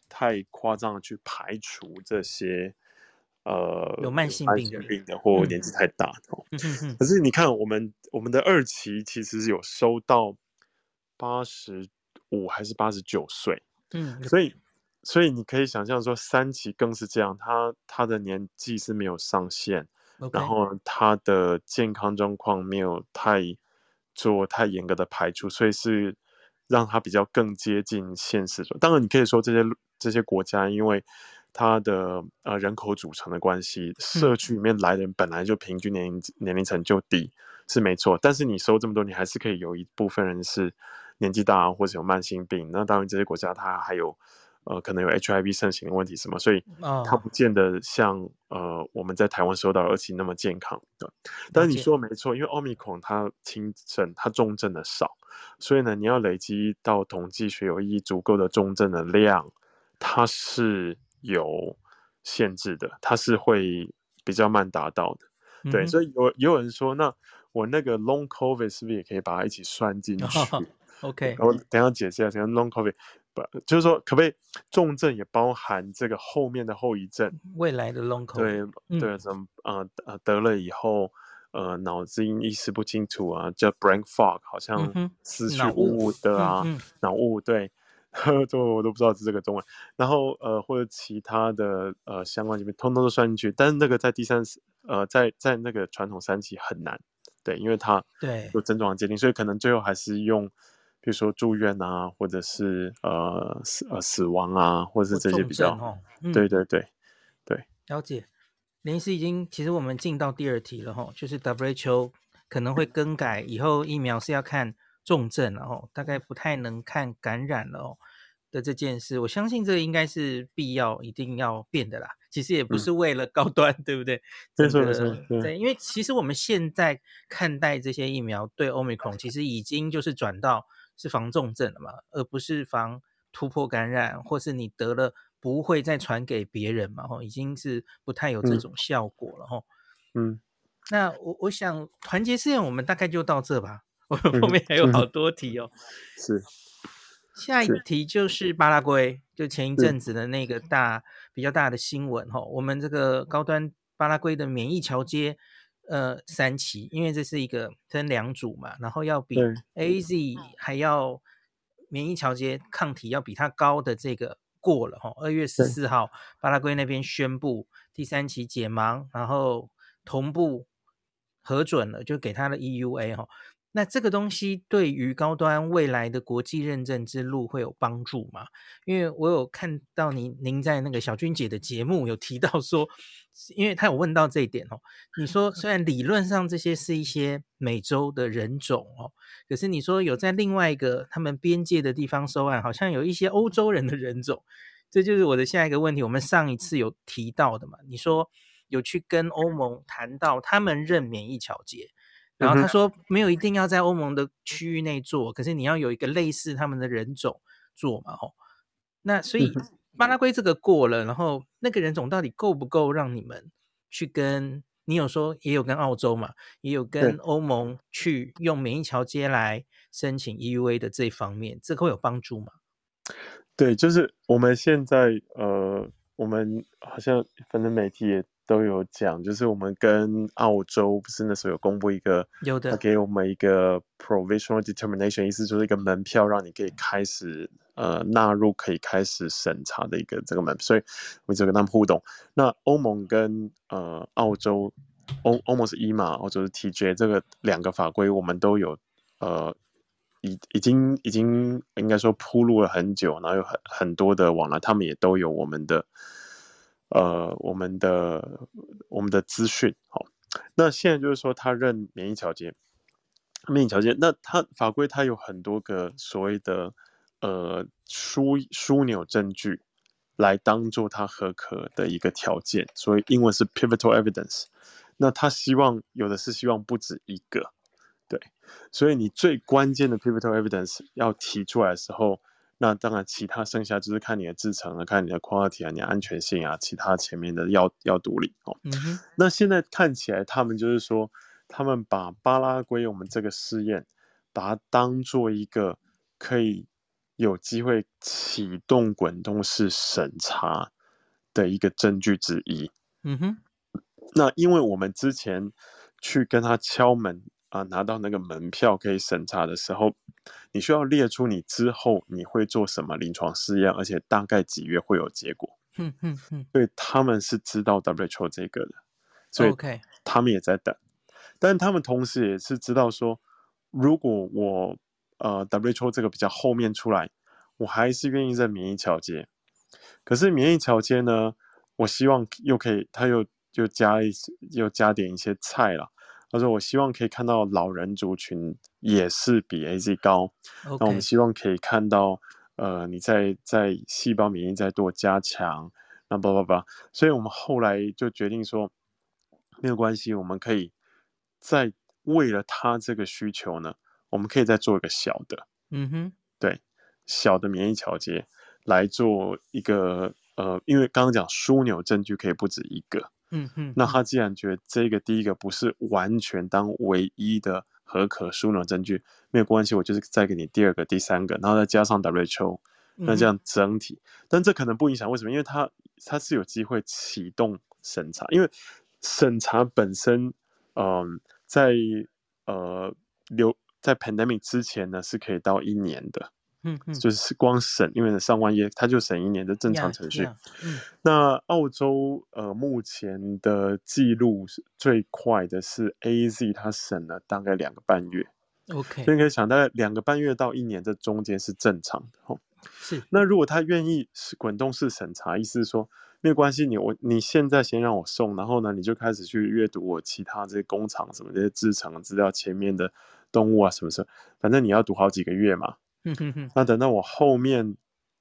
太夸张的去排除这些呃有慢有慢性病的人， 性病的或嗯年纪太大的、哦。 嗯哼哼， 可是你看，我们我们的二期其实有收到八十五还是八十九岁， 嗯所以所以你可以想象说，三期更是这样，他他的年纪是没有上限，然 ，OK， 后他的健康状况没有太做太严格的排除，所以是让他比较更接近现实中。当然，你可以说这些这些国家因为它的呃人口组成的关系， 嗯社区里面来的人本来就平均年龄年龄层就低，是没错。但是你收这么多，你还是可以有一部分人是年纪大或者有慢性病。那当然，这些国家它还有呃可能有 H I V 盛行的问题什么，所以它哦， 不见得像呃我们在台湾收到的二期那么健康的。但是你了解， 说的没错，因为奥密克戎它轻症，它重症的少，所以呢，你要累积到统计学有意义足够的重症的量，它是有限制的，它是会比较慢达到的。对， 嗯哼， 所以有也有人说，那我那个 long covid 是不是也可以把它一起算进去？ 哦，OK， 然后等一下解释一下，什么 long covid，不就是说可不可以重症也包含这个后面的后遗症？ 未来的 Long 对 COVID，嗯对，什么呃呃得了以后，呃脑筋意识不清楚啊，叫 brain fog，好像嗯哼， 思绪脑雾， 雾雾的啊， 嗯嗯， 脑雾，对，这我都不知道是这个中文。然后呃或者其他的呃相关疾病，通通都算进去，但是那个在第三呃在在那个传统三期很难，对，因为它对， 有症状的界定，所以可能最后还是用。比如说住院啊，或者是呃死呃死亡啊，或者是或这些比较， 重症哦，嗯， 对对对对， 了解。林医师已经，其实我们进到第二题了哈，就是 W H O 可能会更改，以后疫苗是要看重症了哈，大概不太能看感染了哦的这件事，我相信这个应该是必要一定要变的啦。其实也不嗯。 是为了高端，对不对？整没错没错，对， 个在，因为其实我们现在看待这些疫苗对 Omicron，其实已经就是转到是防重症了嘛，而不是防突破感染，或是你得了不会再传给别人嘛，吼，已经是不太有这嗯种效果了，吼。 嗯那我我想团结试验我们大概就到这吧，我们嗯哼后面还有嗯哼， 好多题哦。 是下一是题就是巴拉圭，就前一是， 阵子的那个大比较大的新闻哈，我们这个高端巴拉圭的免疫桥接，呃，三期，因为这是一个分两组嘛，然后要比对 A Z 还要免疫桥接抗体要比它高的这个过了哈，二月十对四号巴拉圭那边宣布第三期解盲，然后同步核准了，就给他的 E U A 哈。那这个东西对于高端未来的国际认证之路会有帮助吗？因为我有看到您您在那个小君姐的节目有提到说，因为他有问到这一点哦，你说虽然理论上这些是一些美洲的人种哦，可是你说有在另外一个他们边界的地方收案，好像有一些欧洲人的人种，这就是我的下一个问题。我们上一次有提到的嘛，你说有去跟欧盟谈到他们认免疫桥接。然嗯哼后他说没有一定要在欧盟的区域内做，可是你要有一个类似他们的人种做嘛，吼。那所以嗯哼， 巴拉圭这个过了，然后那个人种到底够不够让你们去跟？你有说也有跟澳洲嘛，也有跟对欧盟去用免疫桥接来申请 E U A 的这一方面，这个会有帮助吗？ 对，就是我们现在呃，我们好像反正媒体也都有讲，就是我们跟澳洲不是那时候有公布一个，他有的， 给我们一个 provisional determination，意思就是一个门票，让你可以开始呃纳入可以开始审查的一个这个门，所以我一直跟他们互动。那欧盟跟呃澳洲，欧欧盟是 E 嘛，澳洲是 T J，这个两个法规我们都有呃已已经已经应该说铺路了很久，然后有很很多的往来，他们也都有我们的呃我们的我们的资讯。好，那现在就是说他认免疫桥接，免疫桥接，那它法规它有很多个所谓的呃枢枢纽证据来当做它合格的一个条件，所以英文是 pivotal evidence。那他希望有的是希望不止一个，对，所以你最关键的 pivotal evidence 要提出来的时候，那当然其他剩下就是看你的制程了，看你的 quality 啊，你的安全性啊，其他前面的要要独立哦。 嗯哼， 那现在看起来，他们就是说，他们把巴拉圭我们这个试验，把它当做一个可以有机会启动滚动式审查的一个证据之一。 嗯哼， 那因为我们之前去跟他敲门啊，拿到那个门票可以审查的时候，你需要列出你之后你会做什么临床试验，而且大概几月会有结果。 嗯嗯嗯， 所以他们是知道 W H O 这个的，所以 OK， 他们也在等。但他们同时也是知道说，如果我呃 W H O 这个比较后面出来，我还是愿意在免疫桥接。可是免疫桥接呢，我希望又可以，他又又加一又加点一些菜啦。他说我希望可以看到老人族群也是比 A Z 高，那我们 ，OK， 希望可以看到呃你在在细胞免疫再多加强，那叭叭叭，所以我们后来就决定说没有关系，我们可以再为了他这个需求呢，我们可以再做一个小的， 嗯哼， 对，小的免疫桥接来做一个呃，因为刚刚讲枢纽证据可以不止一个， 嗯哼， 那他既然觉得这个第一个不是完全当唯一的合可枢纽证据，没有关系，我就是再给你第二个、第三个，然后再加上 W H O，那这样整体，但这可能不影响，为什么？因为它它是有机会启动审查，因为审查本身，嗯、在呃流在 pandemic 之前呢是可以到一年的， 嗯嗯， 就是光审，因为上万页，它就审一年的正常呀程序。 呀，嗯那澳洲呃目前的记录是最快的是 A Z， 它审了大概两个半月，所 ，OK， 以你可以想，大概两个半月到一年，这中间是正常的哦。 是， 那如果他愿意是滚动式审查，意思是说没有关系，你我你现在先让我送，然后呢你就开始去阅读我其他这些工厂什么这些制成资料前面的动物啊什么什么，反正你要读好几个月嘛。 嗯哼哼， 那等到我后面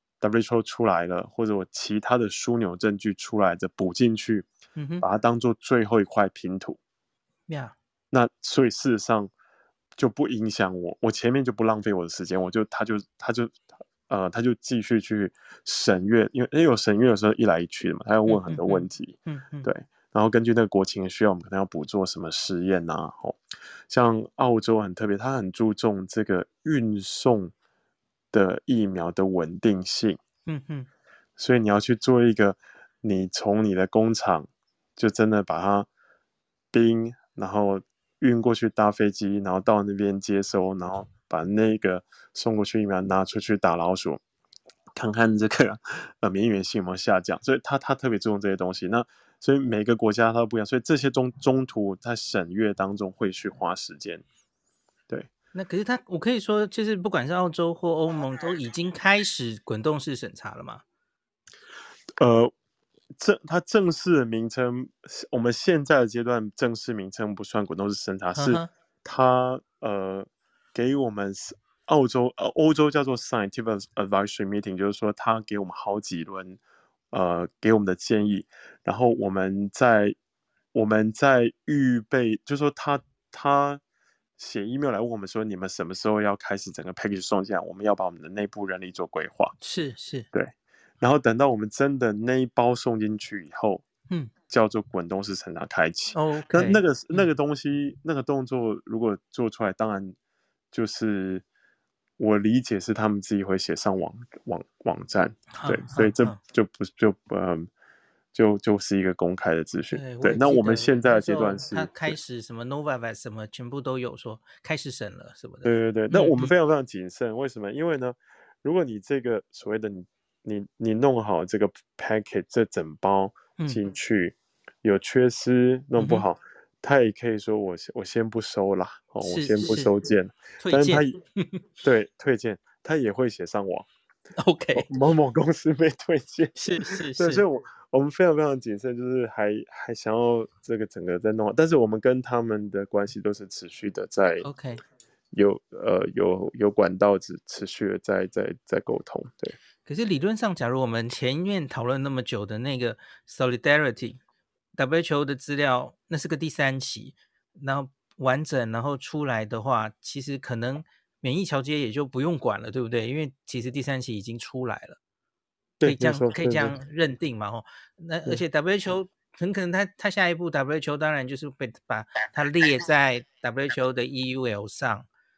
W H O 出来了，或者我其他的枢纽证据出来的补进去， 嗯哼， 把它当做最后一块拼图。 呀， 那所以事实上就不影响我，我前面就不浪费我的时间，我就他就他就呃他就继续去审阅，因为因为有审阅的时候一来一去的嘛，他要问很多问题， 嗯嗯， 对，然后根据那个国情的需要，我们可能要补做什么实验呐、啊，哦，像澳洲很特别，它很注重这个运送的疫苗的稳定性， 嗯嗯， 所以你要去做一个，你从你的工厂就真的把它冰，然后运过去搭飞机，然后到那边接收，然后把那个送过去疫苗拿出去打老鼠，看看这个呃免疫原性有没有下降。所以他他特别注重这些东西。那所以每个国家它都不一样，所以这些中中途在审阅当中会去花时间。对， 那可是他，我可以说，就是不管是澳洲或欧盟，都已经开始滚动式审查了嘛？ 呃，正它正式的名称，我们现在的阶段正式名称不算滚动式审查，是呵呵， 它呃给我们澳洲呃欧洲叫做 scientific advisory meeting，就是说他给我们好几轮呃给我们的建议，然后我们在我们在预备，就是说他他写 email 来问我们说你们什么时候要开始整个 package 送进来，我们要把我们的内部人力做规划， 是是， 对。然后等到我们真的那一包送进去以后， 嗯叫做滚动式审查开启。那那 ，OK， 个那嗯个东西，那个动作如果做出来，当然就是我理解是他们自己会写上网网网站，对， 哼所以这哼哼， 就不就嗯就就是一个公开的资讯。 对，我对， 也那我们记得现在的阶那时候段是， 他开对始什么 Novavax 什么全部都有说开始审了什么的， 对对对，那嗯嗯我们非常非常谨慎，为什么？因为呢，如果你这个所谓的你你你弄好这个 packet 这整包嗯进去，有缺失弄嗯哼， 不好，他也可以说我我先不收啦，哦，我先不是是收件， 推荐但是他也对推荐，他也会写上网，哦 ，OK， 某某公司被推荐， 是是对，所以是我我们非常非常谨慎，就是还还想要这个整个在弄好，但是我们跟他们的关系都是持续的在。 ，OK。 有呃有有管道持持续的在在在沟通，对可是理论上，假如我们前面讨论那么久的那个 Solidarity W H O 的资料，那是个第三期，然后完整，然后出来的话，其实可能免疫桥接也就不用管了，对不对？因为其实第三期已经出来了，可以对，没这样错，对对可以这样认定嘛？吼，那而对且 W H O 很可能他他下一步 W H O 当然就是被把它列在 W H O 的 E U L 上，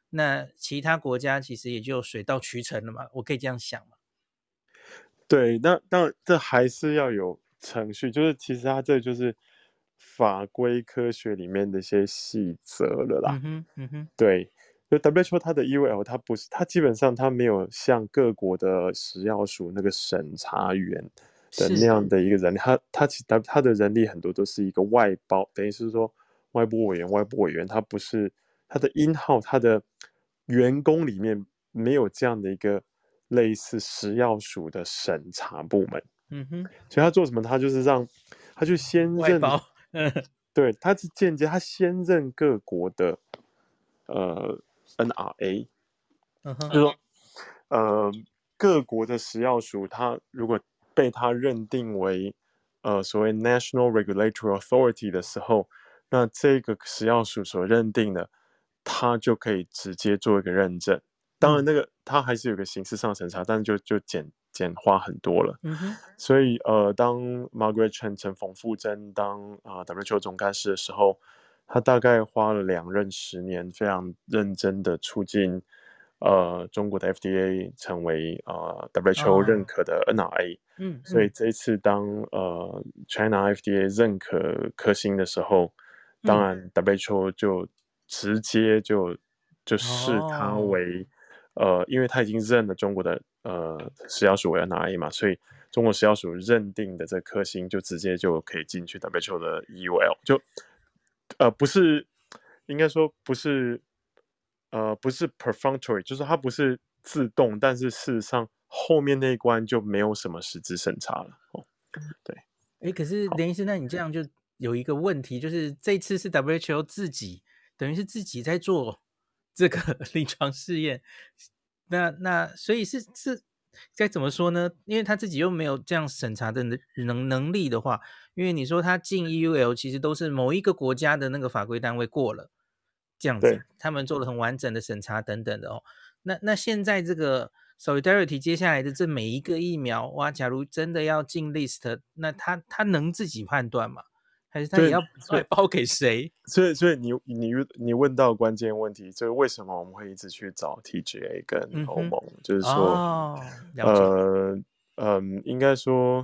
那其他国家其实也就水到渠成了嘛，我可以这样想嘛。 对，那当然这还是要有程序，就是其实它这就是法规科学里面的一些细则了啦。 嗯哼，嗯哼， 对，就 W H O 它的 E U L 它不是，它基本上它没有像各国的食药署那个审查员的那是， 样的一个人力，它它其它它的人力很多都是一个外包，等于是说外部委员，外部委员，它不是它的 in house 它的员工里面没有这样的一个类似食药署的审查部门， 嗯哼， 所以他做什么？他就是让他去先认， 外包，嗯对，他是间接他先认各国的呃 N R A， 嗯哼， 就是说呃各国的食药署，它如果被他认定为呃所谓 National Regulatory Authority 的时候，那这个食药署所认定的，它就可以直接做一个认证。当然， 嗯那个它还是有个形式上审查，但是就就简简化很多了。 嗯哼， 所以呃，当 Margaret Chan 陈冯富珍当啊、呃 W H O 总干事的时候，他大概花了两任十年，非常认真的促进呃中国的 F D A 成为呃 W H O 认哦， 可的 N R A。所以嗯嗯这一次当呃 China F D A 认可科兴的时候，当嗯， 然 W H O 就直接就就视它哦， 为呃，因为他已经认了中国的呃食药署为 N R A 嘛，所以中国食药署认定的这颗星就直接就可以进去 W H O 的 E U L，就呃不是应该说不是呃不是 perfunctory，就是它不是自动，但是事实上后面那一关就没有什么实质审查了。哦，对， 诶，可是好， 连医师，那你这样就有一个问题，就是这次是 W H O 自己，等于是自己在做这个临床试验，那那所以是是该怎么说呢？因为他自己又没有这样审查的能能能力的话，因为你说他进 E U L 其实都是某一个国家的那个法规单位过了，这样对。 子，他们做了很完整的审查等等的哦。那那现在这个 Solidarity 接下来的这每一个疫苗，哇，假如真的要进 list，那他他能自己判断吗？还是他所以， 也要所以， 外包给谁？ 所以，所以你你你问到关键问题，就是为什么我们会一直去找 T G A 跟嗯哼， 欧盟？就是说， 哦，了解， 呃，嗯，应该说，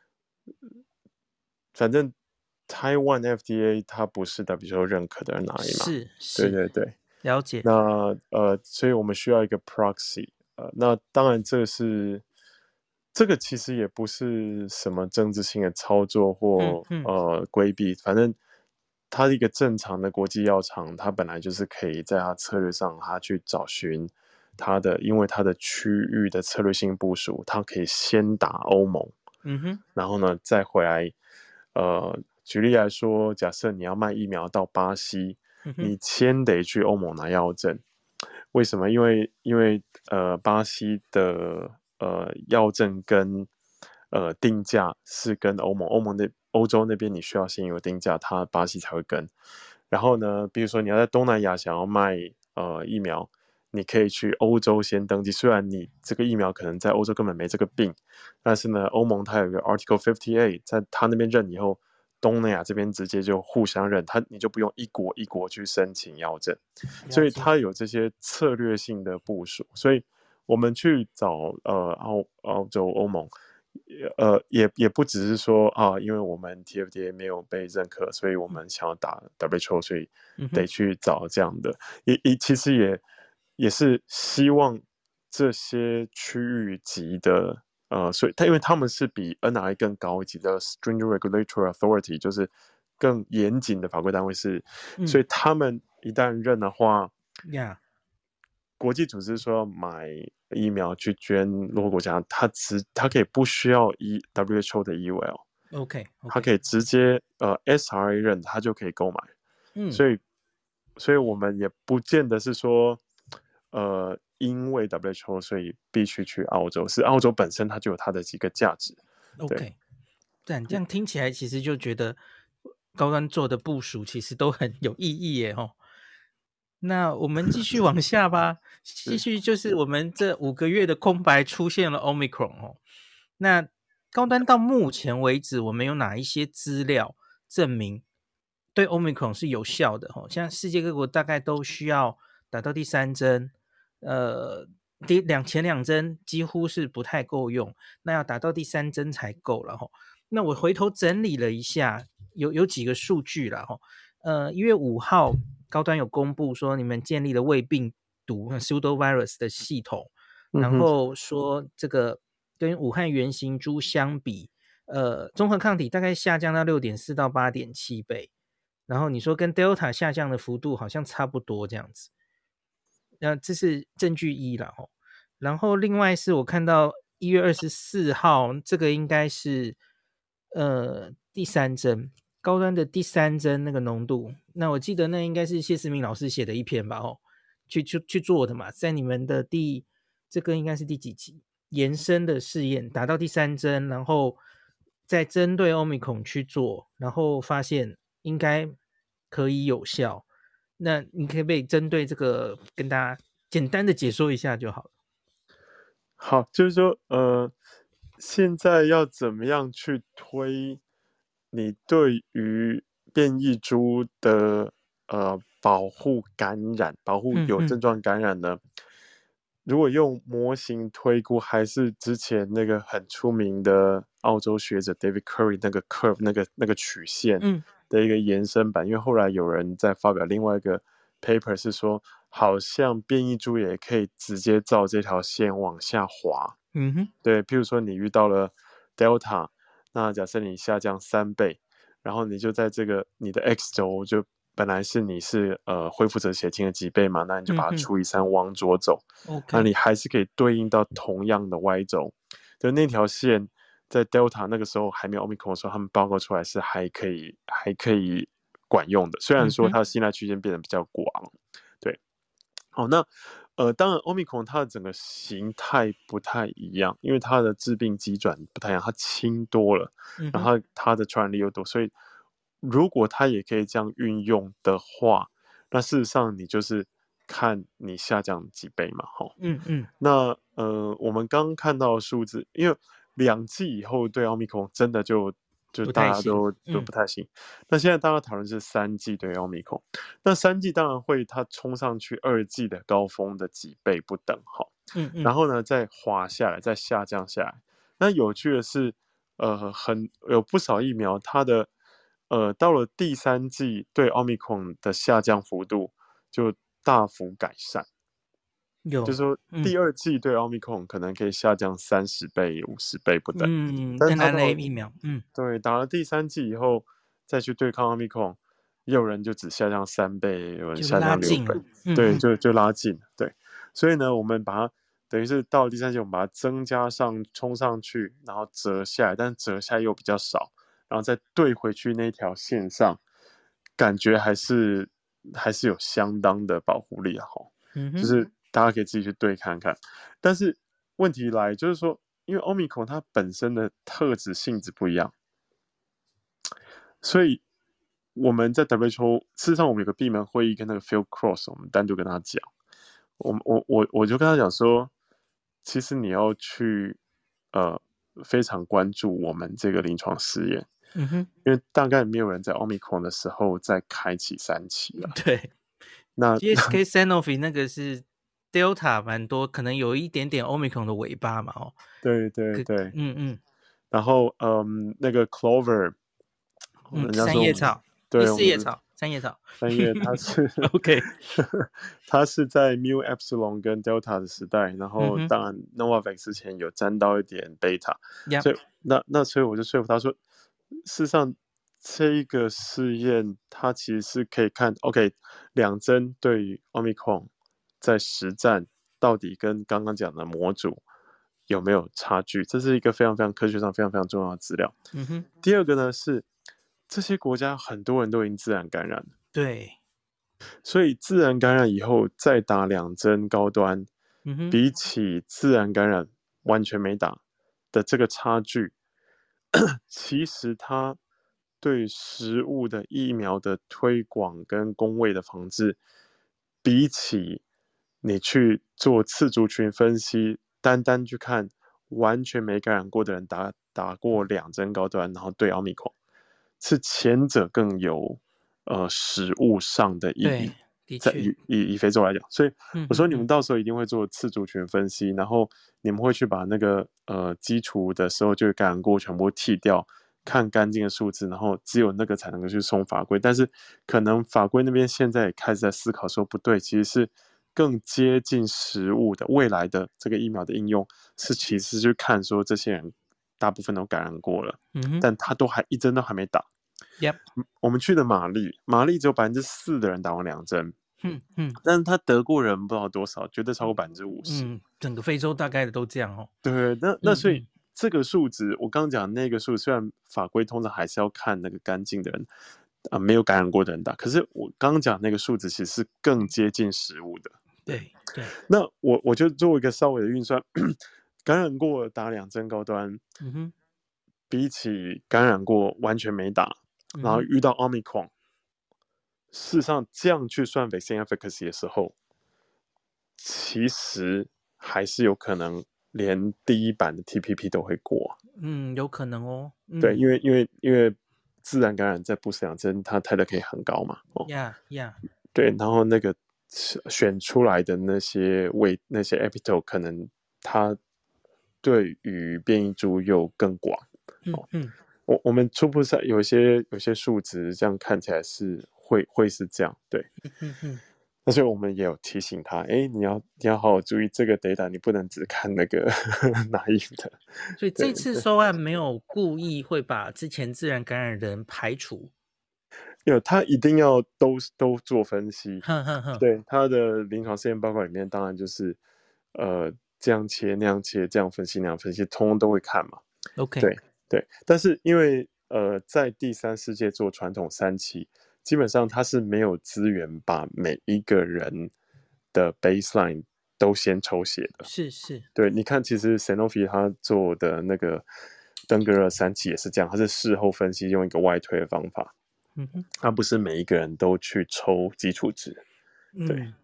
反正 Taiwan F D A 它不是 W H O 认可的 N R A 嘛， 是是， 对对对。 了解， 那呃，所以我们需要一个 proxy，呃，那当然这个是这个其实也不是什么政治性的操作或嗯嗯， 呃规避，反正它一个正常的国际药厂，它本来就是可以在它策略上，它去找寻它的，因为它的区域的策略性部署，它可以先打欧盟， 嗯哼， 然后呢再回来，呃，举例来说，假设你要卖疫苗到巴西。 嗯哼， 你先得去欧盟拿药证。为什么？因为因为呃，巴西的呃药证跟呃定价是跟欧盟欧盟那欧洲那边你需要先有定价，它巴西才会跟。然后呢，比如说你要在东南亚想要卖呃疫苗，你可以去欧洲先登记。虽然你这个疫苗可能在欧洲根本没这个病，但是呢，欧盟它有一个 Article fifty-eight，在它那边认以后，东南亚这边直接就互相认，它你就不用一国一国去申请药证，所以了解， 它有这些策略性的部署。所以我们去找呃澳澳洲欧盟，呃也也不只是说啊，因为我们 T F D A 没有被认可，所以我们想要打 W H O，所以嗯哼， 得去找这样的，也也其实也也是希望这些区域级的。呃，所以他因为他们是比 N R A 更高一级的 Stringent Regulatory Authority，就是更严谨的法规单位是，所嗯以他们一旦认的话， 呀国际组织说要买疫苗去捐落后国家，他直他可以不需要 E W H O 的 E U L， ，OK 他 OK， 可以直接呃 S R A 认，他就可以购买。 嗯。 所以，所以我们也不见得是说，呃，因为 W H O 所以必须去澳洲，是澳洲本身它就有它的几个价值。对， OK，但这样听起来其实就觉得高端做的部署其实都很有意义耶哦。那我们继续往下吧，继是续就是我们这五个月的空白出现了 Omicron 哦。那高端到目前为止，我们有哪一些资料证明对 Omicron 是有效的哦？像世界各国大概都需要打到第三针，呃，第两前两针几乎是不太够用，那要打到第三针才够了哈。那我回头整理了一下，有有几个数据了哈。呃，一月五号高端有公布说，你们建立了胃病毒 pseudovirus 的系统，然后说这个跟武汉原型株相比，呃，综合抗体大概下降到六点四到八点七倍，然后你说跟 Delta 下降的幅度好像差不多这样子，那这是证据一啦吼。然后另外是我看到一月二十四号，这个应该是呃第三针高端的第三针那个浓度，那我记得那应该是谢思明老师写的一篇吧吼，去去去做的嘛，在你们的第这个应该是第几集延伸的试验，打到第三针，然后再针对 Omicron 去做，然后发现应该可以有效。那你可不可以针对这个跟大家简单的解说一下就好了？ 好，就是说，呃，现在要怎么样去推你对于变异株的呃保护感染、保护有症状感染呢？嗯嗯如果用模型推估，还是之前那个很出名的澳洲学者 David Curry 那个 curve 那个那个曲线的一个延伸版，嗯、因为后来有人在发表另外一个 paper 是说，好像变异株也可以直接照这条线往下滑。 嗯哼， 对，譬如说你遇到了 Delta， 那假设你下降三倍，然后你就在这个你的 X 轴就本来是你是呃恢复者血清的几倍嘛，那你就把它除以三往左走， 嗯、 那你还是可以对应到同样的 Y 轴，就那条线在 Delta 那个时候还没有 Omicron 的时候，他们报告出来是还可以还可以管用的，虽然说它的信赖区间变得比较广，对，好，那呃，当然 Omicron 它的整个形态不太一样，因为它的致病机转不太一样，它轻多了，然后它的传染力又多，所以如果它也可以这样运用的话，那事实上你就是看你下降几倍嘛，哈。 嗯嗯。 那呃，我们刚看到的数字，因为两剂以后对 Omicron 真的就就大家都都不太行。那现在大家讨论是三剂对 Omicron， 那三剂当然会它冲上去二剂的高峰的几倍不等哈。 嗯嗯。 然后呢再滑下来，再下降下来。那有趣的是，呃，很有不少疫苗它的呃到了第三剂对 Omicron 的下降幅度就大幅改善。 有， 就是说第二剂对 Omicron 可能可以下降三十倍、五十倍不等。 嗯， 但是它 N R N A 疫苗，嗯， 对，打了第三剂以后再去对抗 Omicron， 也有人就只下降三倍，有人下降六倍， 嗯、 对，就就拉近，对。所以呢，我们把它等于是到了第三剂，我们把它增加上冲上去，然后折下来，但折下来又比较少，然后再对回去那条线上，感觉还是还是有相当的保护力啊，哈， 嗯， 就是大家可以自己去对看看。但是问题来就是说，因为 Omicron 它本身的特质性质不一样，所以我们在 W H O 事实上我们有个闭门会议跟那个 Phil Cross， 我们单独跟他讲，我我我我就跟他讲说，其实你要去呃非常关注我们这个临床试验， 嗯哼， 因为大概没有人在 Omicron 的时候再开启三期了。 对， 那 G S K Sanofi 那个是 Delta 蛮多，可能有一点点 Omicron 的尾巴嘛，哦， 对对对， 嗯嗯， 然后嗯那个 Clover， 嗯， 人家说我们三叶草， 对四叶草，三叶草， 三叶它是 OK， 它是在 Mu Epsilon 跟 Delta 的时代，然后当然 Novavax 之前有沾到一点 Beta， 所以那那所以我就说服他说，事实上这一个试验它其实是可以看 OK 两针对于 Omicron 在实战到底跟刚刚讲的模组有没有差距，这是一个非常非常科学上非常非常重要的资料。 嗯哼， 第二个呢是这些国家很多人都已经自然感染了， 对， 所以自然感染以后再打两针高端， 嗯、 比起自然感染完全没打的这个差距，其实它对食物的疫苗的推广跟工位的防治，比起你去做次族群分析，单单去看完全没感染过的人打打过两针高端，然后对奥密克戎，是前者更有呃实物上的意义。 在确， 以以以非洲来讲，所以我说你们嗯嗯嗯到时候一定会做次族群分析，然后你们会去把那个呃基础的时候就感染过全部剔掉，看干净的数字，然后只有那个才能够去送法规。但是可能法规那边现在也开始在思考说，不对，其实是更接近实物的未来的这个疫苗的应用，是其实去看说这些人大部分都感染过了， 嗯哼但他都还一针都还没打。 ，Yep， 我们去的马利，马利只有百分之四的人打完两针， 嗯嗯但是他得过人不知道多少，绝对超过百分之五十。 嗯，整个非洲大概的都这样哦。 对，那那所以嗯嗯这个数值，我刚刚讲那个数，虽然法规通常还是要看那个干净的人啊、呃没有感染过的人打，可是我刚刚讲那个数值其实是更接近实物的。对， 对对， 那我我就做一个稍微的运算，感染过打两针高端， 嗯哼比起感染过完全没打， 嗯哼， 然后遇到 Omicron，事实上这样去算 vaccine efficacy 的时候，其实还是有可能连第一版的 T P P 都会过。 嗯，有可能哦。 对， 嗯因为因为因为自然感染在不斯两针，它 t i 可以很高嘛。哦， 呀呀， 对，然后那个选出来的那些位那些 epitope 可能它对于变异株又更广。哦， 嗯嗯我我们初步上有一些有些数值，这样看起来是会会是这样。对， 嗯嗯嗯， 但是我们也有提醒他，哎，你要你要好好注意这个 data，你不能只看那个哪一的。 所以这对对， 次收案没有故意会把之前自然感染的人排除。 因为他一定要都都做分析。 哼哼哼对，他的临床试验报告里面，当然就是呃这样切那样切，这样分析那样分析，通通都会看嘛。 ，OK， 对对，但是因为呃在第三世界做传统三期，基本上他是没有资源把每一个人的 baseline 都先抽血的。 是是， 对，你看，其实 Sanofi 他做的那个登革热三期也是这样，他是事后分析用一个外推的方法， 嗯哼他不是每一个人都去抽基础值。对， 嗯，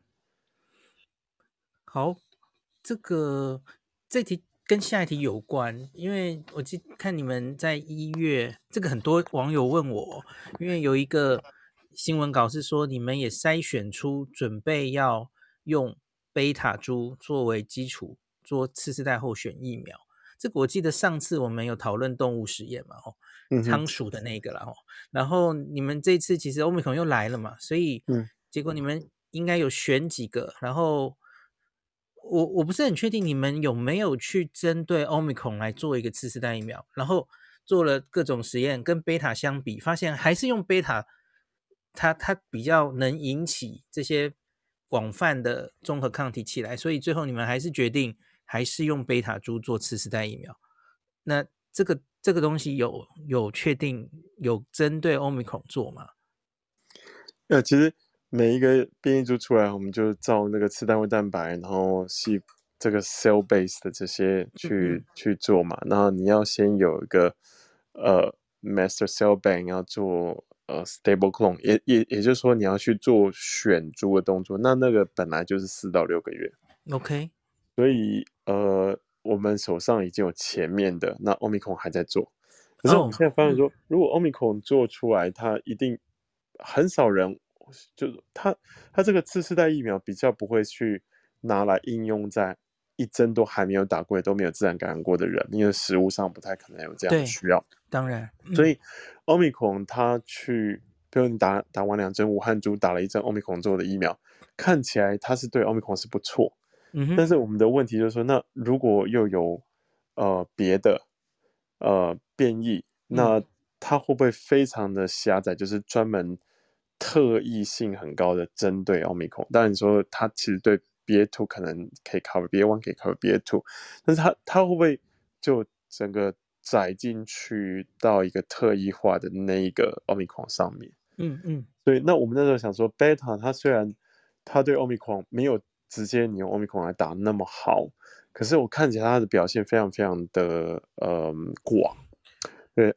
好，这个这题跟下一题有关，因为我记看你们在一月，这个很多网友问我，因为有一个新闻稿是说你们也筛选出准备要用贝塔株作为基础做次世代候选疫苗。这个我记得上次我们有讨论动物实验嘛，哦， 嗯哼， 仓鼠的那个啦，哦，然后你们这次其实欧米孔又来了嘛，所以嗯， 结果你们应该有选几个，然后我我不是很确定你们有没有去针对 Omicron 来做一个次世代疫苗，然后做了各种实验，跟贝塔相比，发现还是用贝塔，它它比较能引起这些广泛的综合抗体起来，所以最后你们还是决定还是用贝塔株做次世代疫苗。那这个这个东西有有确定有针对 Omicron 做吗？ 呃，其实每一个变异株出来，我们就照那个次单位蛋白，然后细这个 cell base 的这些嗯嗯去去做嘛。然后你要先有一个呃 master cell bank 要做呃 stable clone，也也也就是说你要去做选株的动作。那那个本来就是四到六个月， ，OK， 所以呃我们手上已经有前面的，那 Omicron 还在做。可是我们哦， 现在发现嗯说，如果 Omicron 做出来，它一定很少人，就是它它这个次世代疫苗比较不会去拿来应用在一针都还没有打过、也都没有自然感染过的人，因为实物上不太可能有这样的对， 需要。 当然， 所以 Omicron 它去，比如你打打完两针武汉株，打了一针 Omicron 做的疫苗，看起来它是对 Omicron 是不错。 嗯哼， 但是我们的问题就是说，那如果又有呃别的呃变异， 嗯， 那它会不会非常的狭窄，就是专门特异性很高的针对奥密克戎？当然你说它其实对 B A 二 可能可以 cover，B A 一 可以 cover B A 二，但是它它会不会就整个载进去到一个特异化的那一个奥密克戎上面？ 嗯嗯所以那我们那时候想说，beta 它虽然它对 Omicron 没有直接你用 Omicron 来打那么好，可是我看起来它的表现非常非常的呃广，对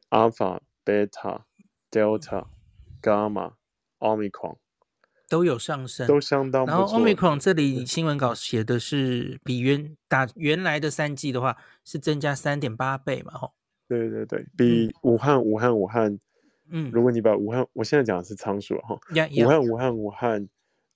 Alpha、Beta、Delta、Gamma、Omicron 都有上升。 都相当然后不错。 Omicron 这里新闻稿写的是比原打原来的三剂的话是增加三点八倍嘛，吼， 对对对， 嗯比武汉、武汉、武汉， 嗯， 如果你把武汉，我现在讲的是仓鼠哈， 呀呀， 武汉、武汉、武汉，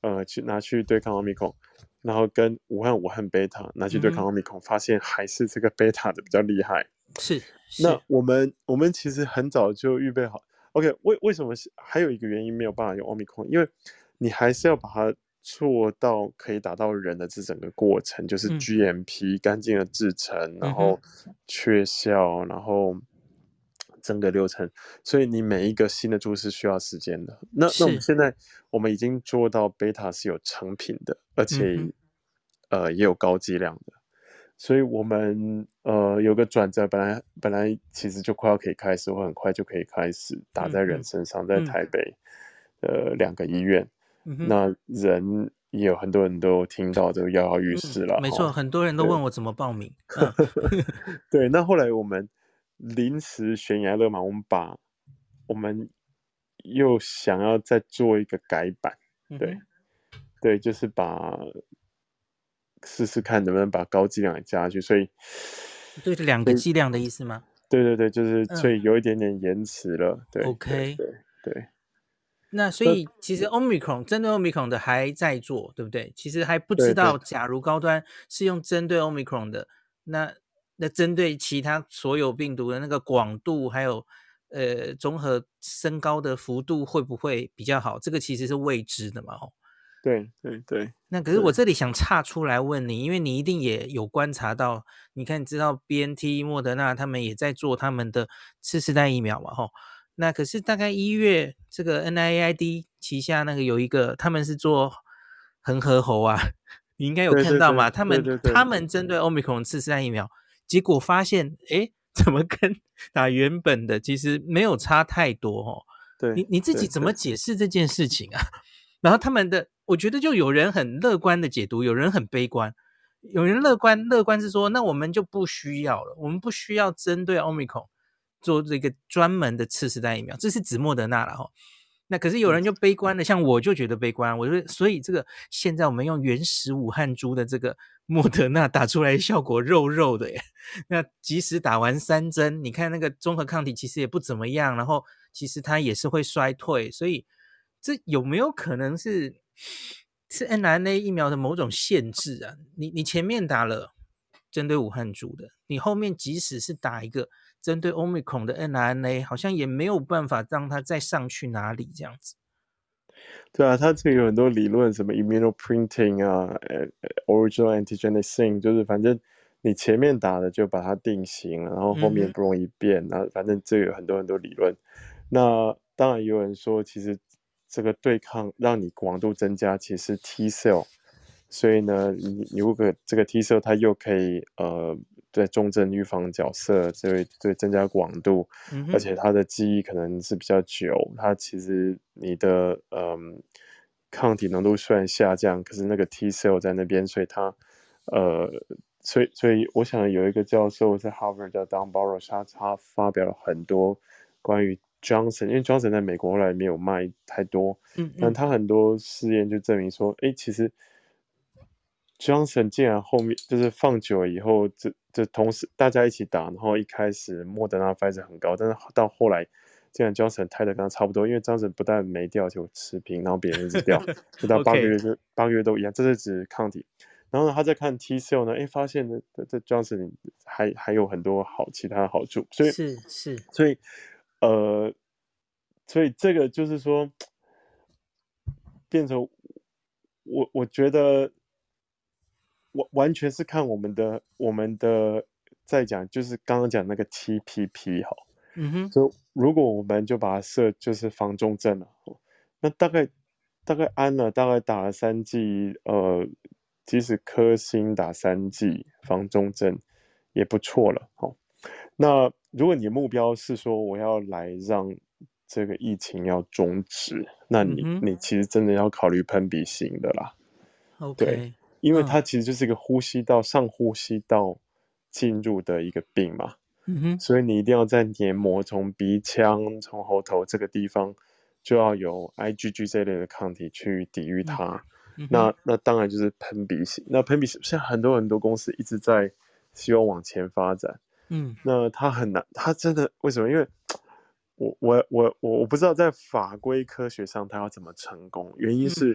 呃去拿去对抗 Omicron，然后跟武汉武汉贝塔拿去对抗 Omicron，、嗯、发现还是这个贝塔的比较厉害。 是是。 那我们我们其实很早就预备好。OK， 为为什么还有一个原因没有办法用 Omicron？ 因为你还是要把它做到可以打到人的这整个过程，就是 G M P、嗯、干净的制成，然后确效，然后整个流程，所以你每一个新的株是需要时间的。那那我们现在我们已经做到 beta 是有成品的，而且、嗯、呃也有高剂量的，所以我们呃有个转折，本来本来其实就快要可以开始，我很快就可以开始打在人身上，嗯、在台北、嗯、呃两个医院，嗯、那人也有很多人都听到这个跃跃欲试了、 嗯，没错，很多人都问我怎么报名。嗯， 对，那后来我们临时悬崖勒马，我们把我们又想要再做一个改版，对，嗯、对，就是把试试看能不能把高剂量也加下去，所以对两个剂量的意思吗？ 对对对，就是所以有一点点延迟了，嗯、对 ，OK， 对 对, 對。 那所以其实 Omicron 针对 Omicron 的还在做，对不对？其实还不知道，假如高端是用针对 Omicron 的，那那针对其他所有病毒的那个广度，还有呃综合升高的幅度会不会比较好？这个其实是未知的嘛，哦。 对对对。 那可是我这里想岔出来问你，因为你一定也有观察到，你看你知道 B N T、莫德纳他们也在做他们的次世代疫苗嘛，吼。那可是大概一月，这个 N I A I D 旗下那个有一个，他们是做恒河猴啊，你应该有看到嘛？ 对对对， 他们对对对， 他们针对 Omicron 次世代疫苗，结果发现，诶，怎么跟打原本的其实没有差太多哦？ 对， 你你自己怎么解释这件事情啊？然后他们的，我觉得就有人很乐观的解读，有人很悲观。有人乐观，乐观是说，那我们就不需要了，我们不需要针对 Omicron 做这个专门的次世代疫苗，这是指莫德纳了哈。那可是有人就悲观了，像我就觉得悲观，我觉得所以这个现在我们用原始武汉株的这个莫德纳打出来的效果肉肉的耶，那即使打完三针，你看那个综合抗体其实也不怎么样，然后其实它也是会衰退，所以这有没有可能是是 N R N A 疫苗的某种限制啊？你你前面打了针对武汉株的，你后面即使是打一个针对 Omicron 的 N R N A， 好像也没有办法让它再上去哪里这样子。 对啊，它这个有很多理论，什么 immunoprinting 啊、呃、original antigenic sync， 就是反正你前面打的就把它定型了，然后后面不容易变，嗯、然后反正这有很多很多理论。那当然有人说，其实这个对抗让你广度增加，其实 T cell， 所以呢，你如果这个 T cell 它又可以呃在重症预防角色，这会对增加广度，嗯、而且它的记忆可能是比较久，它其实你的嗯抗体浓度虽然下降，可是那个 T cell 在那边，所以它呃。所以，所以我想有一个教授在 Harvard 叫 Don Burrows， 他他发表了很多关于 Johnson， 因为 Johnson 在美国后来没有卖太多，嗯嗯但他很多试验就证明说，哎，其实 Johnson 竟然后面就是放久了以后，这这同时大家一起打，然后一开始莫德纳 Pfizer 很高，但是到后来竟然 Johnson 太的跟他差不多，因为 Johnson 不但没掉就持平，然后别人一直掉，就到八个月就八个月都一样，这是指抗体。然后呢，他再看 T cell 呢，哎，发现呢，这 Johnson 还还有很多好其他好处，所以是是， 所以呃，所以这个就是说，变成我我觉得，完完全是看我们的我们的再讲，就是刚刚讲那个 T P P 好，嗯哼，就如果我们就把它设就是防重症了，那大概大概安了，大概打了三剂，呃。即使科兴打三剂防重症也不错了，哦。那如果你的目标是说我要来让这个疫情要终止，那你、嗯、你其实真的要考虑喷鼻型的啦。 OK， 对，因为它其实就是一个呼吸道、嗯、上呼吸道进入的一个病嘛，嗯哼，所以你一定要在黏膜从鼻腔、从喉头这个地方就要有 I G G 这类的抗体去抵御它。嗯嗯、那那当然就是喷鼻型，那喷鼻型现在很多很多公司一直在希望往前发展，嗯，那它很难，它真的为什么？因为我我我我我不知道在法规科学上它要怎么成功，原因是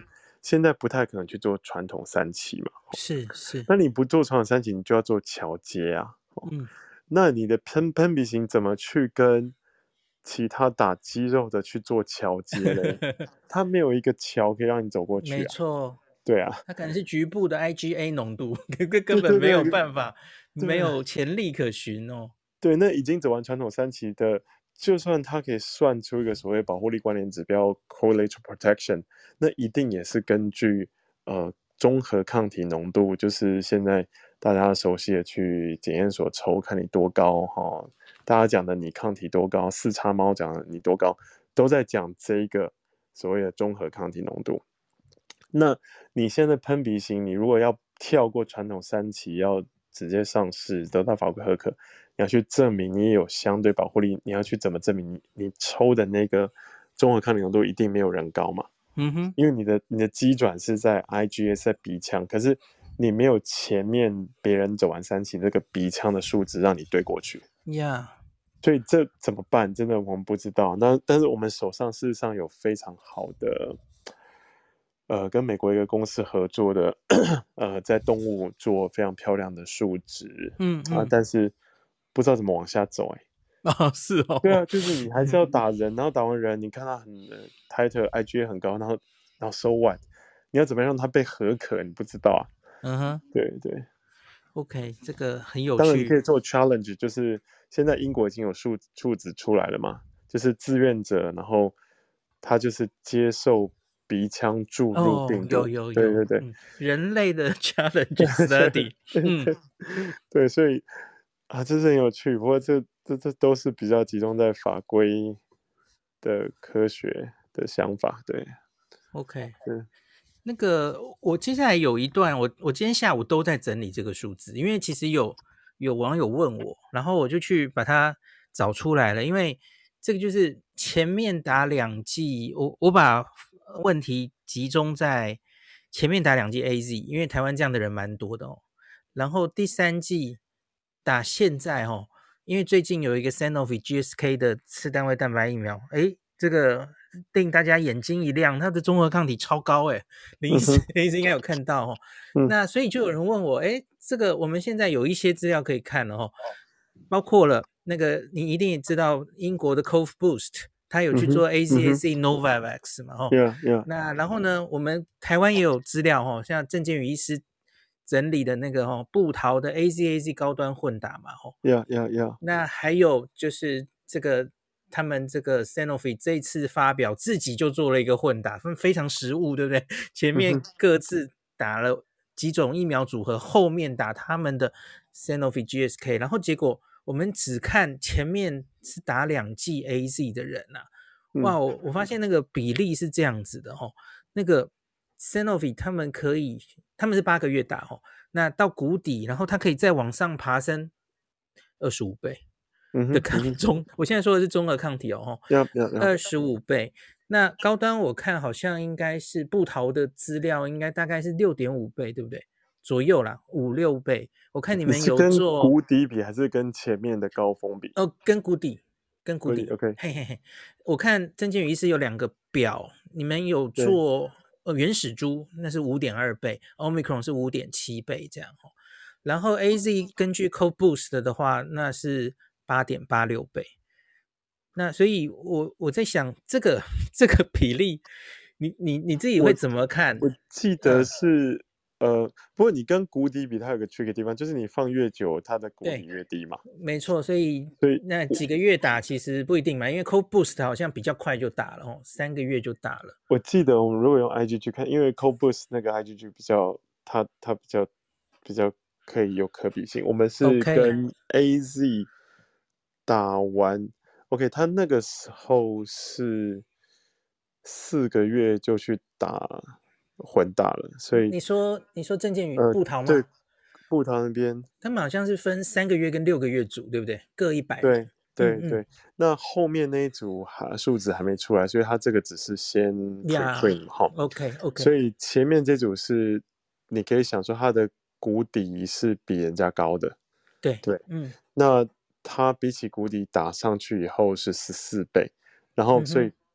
现在不太可能去做传统三期嘛。 是是， 那你不做传统三期，你就要做桥接啊。 嗯， 那你的喷喷鼻型怎么去跟其他打肌肉的去做桥接嘞？它没有一个桥可以让你走过去没啊。 错， 对啊， 它可能是局部的 I G A 浓度，根根根对对本没有对办法，没对有潜力可循哦。 对，那已经走完传统三期的，就算它可以算出一个所谓保护力关联指标 （correlational protection），那一定也是根据呃综合抗体浓度，就是现在大家熟悉的去检验所抽，看你多高哈、哦。大家讲的你抗体多高，四叉猫讲的你多高，都在讲这一个所谓的综合抗体浓度。那你现在喷鼻型，你如果要跳过传统三期，要直接上市得到法规核可，你要去证明你也有相对保护力，你要去怎么证明你你抽的那个综合抗体浓度一定没有人高嘛？ 嗯哼， 因为你的你的基转是在 I G A 在鼻腔，可是你没有前面别人走完三期这个鼻腔的数值让你对过去， 呀， 所以这怎么办？真的我们不知道。那但是我们手上事实上有非常好的。呃，跟美国一个公司合作的，呃，在动物做非常漂亮的数值啊， 嗯嗯， 但是不知道怎么往下走哎、 哦，是对啊， 哦， 就是你还是要打人，然后打完人，你看他很呃 title I G A 很高，然后然后 so what？你要怎么样让他被合可？你不知道啊。 嗯哼对对， ，OK，这个很有当然你可趣， 以做 challenge，就是现在英国已经有数数值出来了嘛，就是志愿者，然后他就是接受鼻腔注入哦，有病毒。 有有， 对对对， 嗯，人类的 challenge 对 study，嗯对对对，所以啊，这是很有趣。不过这这这都是比较集中在法规的科学的想法。对， ，OK。 嗯那个，我接下来有一段，我我今天下午都在整理这个数字，因为其实有有网友问我，然后我就去把它找出来了。因为这个就是前面打两剂，我我把问题集中在前面打两剂 A Z，因为台湾这样的人蛮多的哦。然后第三剂打现在哦，因为最近有一个 Sanofi G S K 的次单位蛋白疫苗，诶，这个令大家眼睛一亮，它的综合抗体超高诶。林医师， 嗯哼林医师应该有看到哦。 嗯那所以就有人问我，哎，这个我们现在有一些资料可以看了哦，包括了那个你一定也知道英国的 Cove Boost，它有嗯哼去做嗯哼 A Z A Z Novavax 嘛，哦， ，Yeah Yeah 那然后呢，我们台湾也有资料哦，像郑建宇医师整理的那个哦，布桃的 A Z A Z 高端混打嘛，哦， Yeah Yeah Yeah， 那还有就是这个他们这个 Sanofi 这一次发表自己就做了一个混打，非常实务，对不对？前面嗯哼各自打了几种疫苗组合，后面打他们的 Sanofi G S K，然后结果我们只看前面是打两剂 A Z 的人啊， 嗯哇，我我发现那个比例是这样子的哦，那个 Sanofi 他们可以，他们是八个月打哦，那到谷底，然后它可以再往上爬升二十五倍的嗯哼嗯哼抗中，我现在说的是中和抗体哦， ，Yeah Yeah Yeah， 二十五倍。那高端我看好像应该是布桃的资料，应该大概是六点五倍，对不对？左右啦，五六倍。我看你们有你是跟做谷底比还是跟前面的高峰比？ 哦，跟谷底，跟谷谷底底， OK， 嘿嘿嘿。我看证监会是有两个表，你们有对， 做呃原始株，那是五点二倍，Omicron 是五点七倍这样哦。然后 A Z 根据 Code Boost 的话，那是八点八六倍。那所以我我在想这个这个比例，你你你自己会我怎么看？ 我记得嗯， 是呃，不过你跟谷底比，它有个 trick 的地方，就是你放越久，它的谷底对， 越低嘛。 没错，所以所以那几个月打其实不一定嘛，因为 Code Boost 好像比较快就打了哦，三个月就打了。 我记得我们如果用 I G G 看，因为 Cold Boost 那个 I G G 比较，它它比较比较可以有可比性。我们是 OK， 跟 A Z 打完，OK，他那个时候是四个月就去打混打了，所以你你说你说证件与呃，对， 布桃吗？ 布桃那边他们好像是分三个月跟六个月组，对不对？各一百。 对嗯嗯对对，那后面那一组还数值还没出来，所以它这个只是先 preprint 呀哈， ，OK 所 OK， 以前面这组是你可以想说它的谷底是比人家高的， 对， 对， 嗯那它比起谷底打上去以后是十四倍，然后所以嗯哼，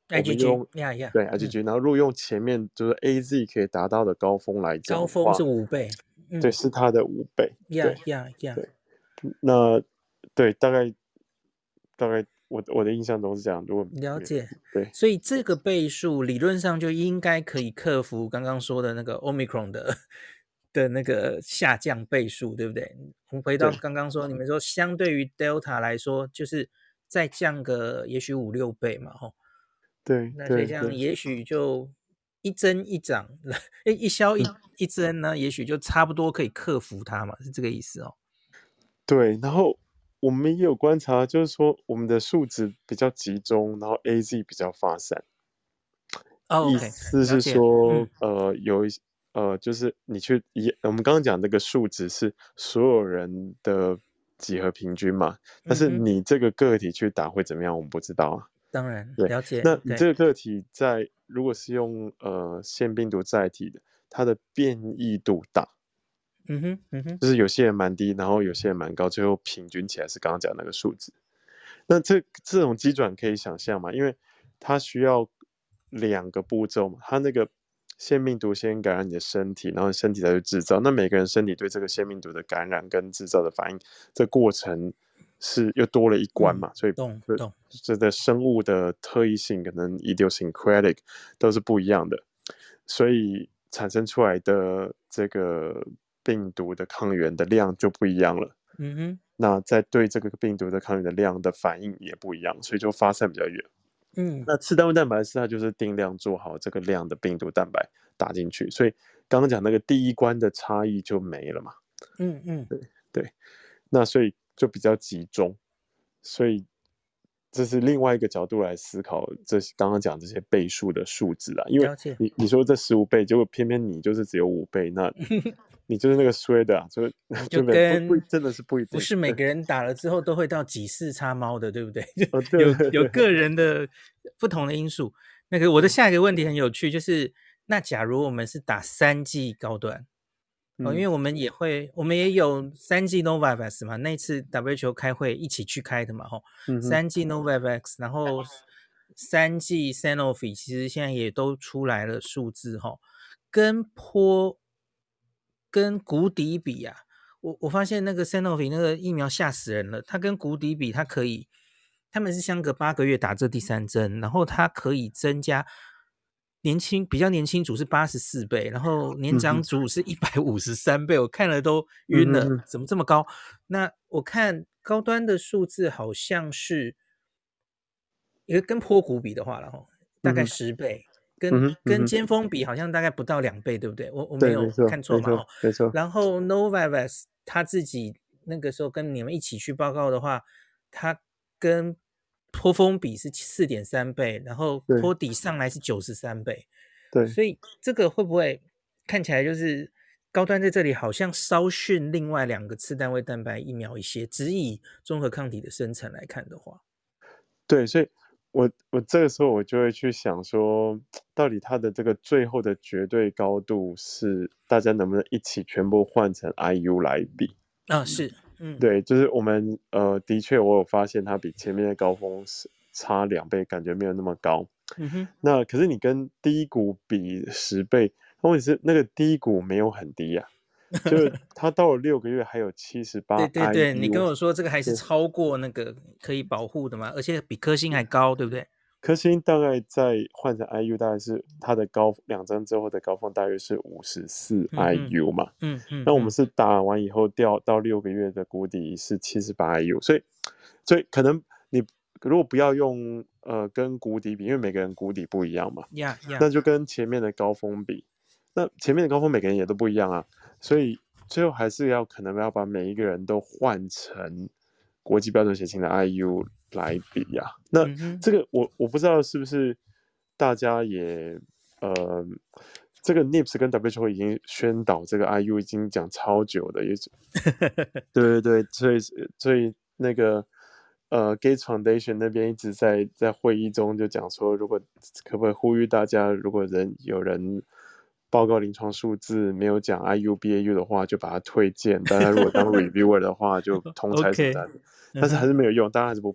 我们 I G G 用呀呀， 对嗯， I G G，然后如果用前面就是 A Z 可以达到的高峰来讲的话， 高峰是五倍， 对， 嗯， 是它的五倍。 呀对呀呀， 对，那对大概大概我我的印象中是这样。如果了解。 对所以这个倍数理论上就应该可以克服刚刚说的那个 Omicron 的的那个下降倍数，对不对？我们回到对刚刚说，你们说相对于 Delta 来说，就是再降个也许五六倍嘛，吼。 对那所以这样对对， 也许就一增一涨，一一消一嗯一增呢，也许就差不多可以克服它嘛，是这个意思哦。 对。然后我们也有观察，就是说我们的数值比较集中，然后 A Z 比较发散。 哦意 ，OK， 思是了解， 说， 嗯呃，有一些呃，就是你去一，我们刚刚讲那个数值是所有人的几何平均嘛，但是嗯哼， 你这个个体去打会怎么样，我们不知道啊。 当然对， 了解，对， 那你这个个体在如果是用呃腺病毒载体的，它的变异度大， 嗯哼，嗯哼， 就是有些人蛮低，然后有些人蛮高，最后平均起来是刚刚讲那个数值。那这这种机转可以想象嘛？因为它需要两个步骤嘛，它那个腺病毒先感染你的身体，然后身体再去制造。那每个人身体对这个腺病毒的感染跟制造的反应，这过程是又多了一关嗯， 嘛，所以这懂懂， 这的生物的特异性可能 idiosyncratic 都是不一样的，所以产生出来的这个病毒的抗原的量就不一样了。 嗯哼， 那在对这个病毒的抗原的量的反应也不一样，所以就发散比较远。 嗯那次单位蛋白是它就是定量做好这个量的病毒蛋白打进去，所以刚刚讲那个第一关的差异就没了嘛。 嗯嗯， 对对，那所以就比较集中，所以这是另外一个角度来思考这刚刚讲这些倍数的数字啊，因为了解， 你你说这十五倍，结果偏偏你就是只有五倍，那你就是那个衰的啊，就你就就没不不跟真的是不一定。 不是每对， 个人打了之后都会到几四叉猫的，对不对？ 哦，对有对对， 有个人的不同的因素。那个我的下一个问题很有趣，就是那假如我们是打三剂高端，哦，因为嗯我们也会，我们也有三剂 Novavax 嘛，那次 W H O 开会一起去开的嘛，吼， 嗯哼三剂 Novavax，然后三剂 Sanofi，其实现在也都出来了数字，吼，跟坡跟谷底比啊，我我发现那个 Sanofi 那个疫苗吓死人了，它跟谷底比，它可以，他们是相隔八个月打这第三针，然后它可以增加年轻比较年轻组是八十四倍，然后年嗯哼长组是一百五十三倍，我看了都晕了， 嗯哼哼怎么这么高？那我看高端的数字好像是，因为跟坡谷比的话了哈，大概嗯哼十倍，跟嗯哼嗯哼， 跟尖峰比好像大概不到两倍，对不对？我我没对，没有错没错看错嘛哦。 没错， 然后 Novavax 他自己那个时候跟你们一起去报告的话，他跟坡峰比是四点三倍，然后对坡底上来是九十三倍， 对。 所以这个会不会看起来就是高端在这里好像稍逊另外两个次单位蛋白疫苗一些，只以综合抗体的生成来看的话， 对，所以我我这个时候我就会去想说，到底它的这个最后的绝对高度是大家能不能一起全部换成 I U 来比？ 啊，是，嗯对，就是我们呃，的确我有发现它比前面的高峰是差两倍，感觉没有那么高。 嗯哼， 那可是你跟低谷比十倍，那问题是那个低谷没有很低呀、就是它到了六个月还有七十八对对对，你跟 I U。 我说这个还是对， 超过那个可以保护的嘛，而且比科兴还高，对不对？ 科兴大概在换成 I U，大概是它的高两针之后的高峰大约是五十四嗯嗯 I U 嘛。 嗯嗯嗯， 那我们是打完以后掉到六个月的谷底是七十八 I U，所以所以可能你如果不要用呃跟谷底比，因为每个人谷底不一样嘛， 呀呀， 那就跟前面的高峰比，那前面的高峰每个人也都不一样啊，所以最后还是要可能要把每一个人都换成国际标准血清的 I U 来比呀、啊。那嗯哼， 这个我我不知道是不是大家也呃，这个 N I P S 跟 W H O 已经宣导这个 I U 已经讲超久的，也对对对，所以所以那个呃 Gates Foundation 那边一直在在会议中就讲说，如果可不可以呼吁大家，如果人有人报告临床数字没有讲 I U B A U 的话，就把它推荐；大家如果当 reviewer 的话，就通差什么 OK， 的。但是还嗯哼， 是没有用，大家还是不报。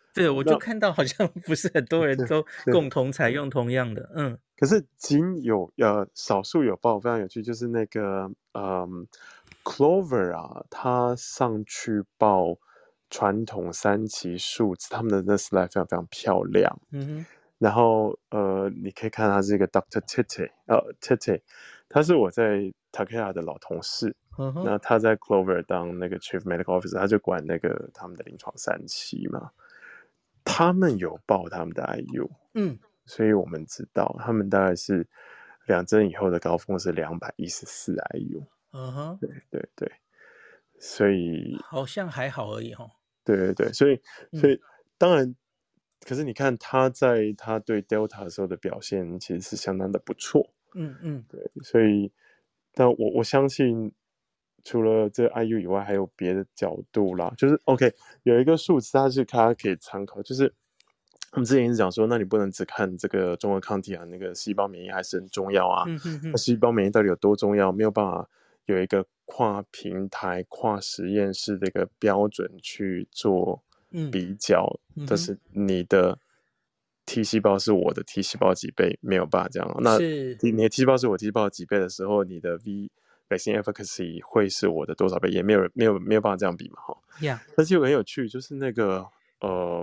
对，我就那看到好像不是很多人对都对， 共同采用同样的，嗯可是仅有呃少数有报非常有趣，就是那个嗯 Clover 啊，他上去报传统三期数字，他们的那 slide 非常非常漂亮。 嗯哼， 然后呃，你可以看他是一个 Doctor Tete，呃 Tete，他是我在 Takeda 的老同事。 嗯哼， 那他在 Clover 当那个 Chief Medical Officer，他就管那个他们的临床三期嘛。他们有报他们的 I U， 嗯所以我们知道他们大概是两针以后的高峰是两百一十四 I U。 嗯哼， 对对对，所以好像还好而已哈， 对对对，所以所嗯以当然，可是你看他在他对 Delta 的时候的表现其实是相当的不错。 嗯嗯对，所以但我我相信。除了这 I U 以外，还有别的角度啦。就是 OK，有一个数字，它是大家可以参考。就是我们之前一直讲说，那你不能只看这个中和抗体啊，那个细胞免疫还是很重要啊。 嗯哼哼， 那细胞免疫到底有多重要？没有办法有一个跨平台、跨实验室的一个标准去做嗯比较。 嗯哼， 但是你的 T 细胞是我的 T 细胞几倍，没有办法这样。那是你的 T 细胞是我 T 细胞几倍的时候，你的 V vaccine efficacy 会是我的多少倍？也没有没有没有办法这样比嘛，哈。 呀， 但是又很有趣，就是那个呃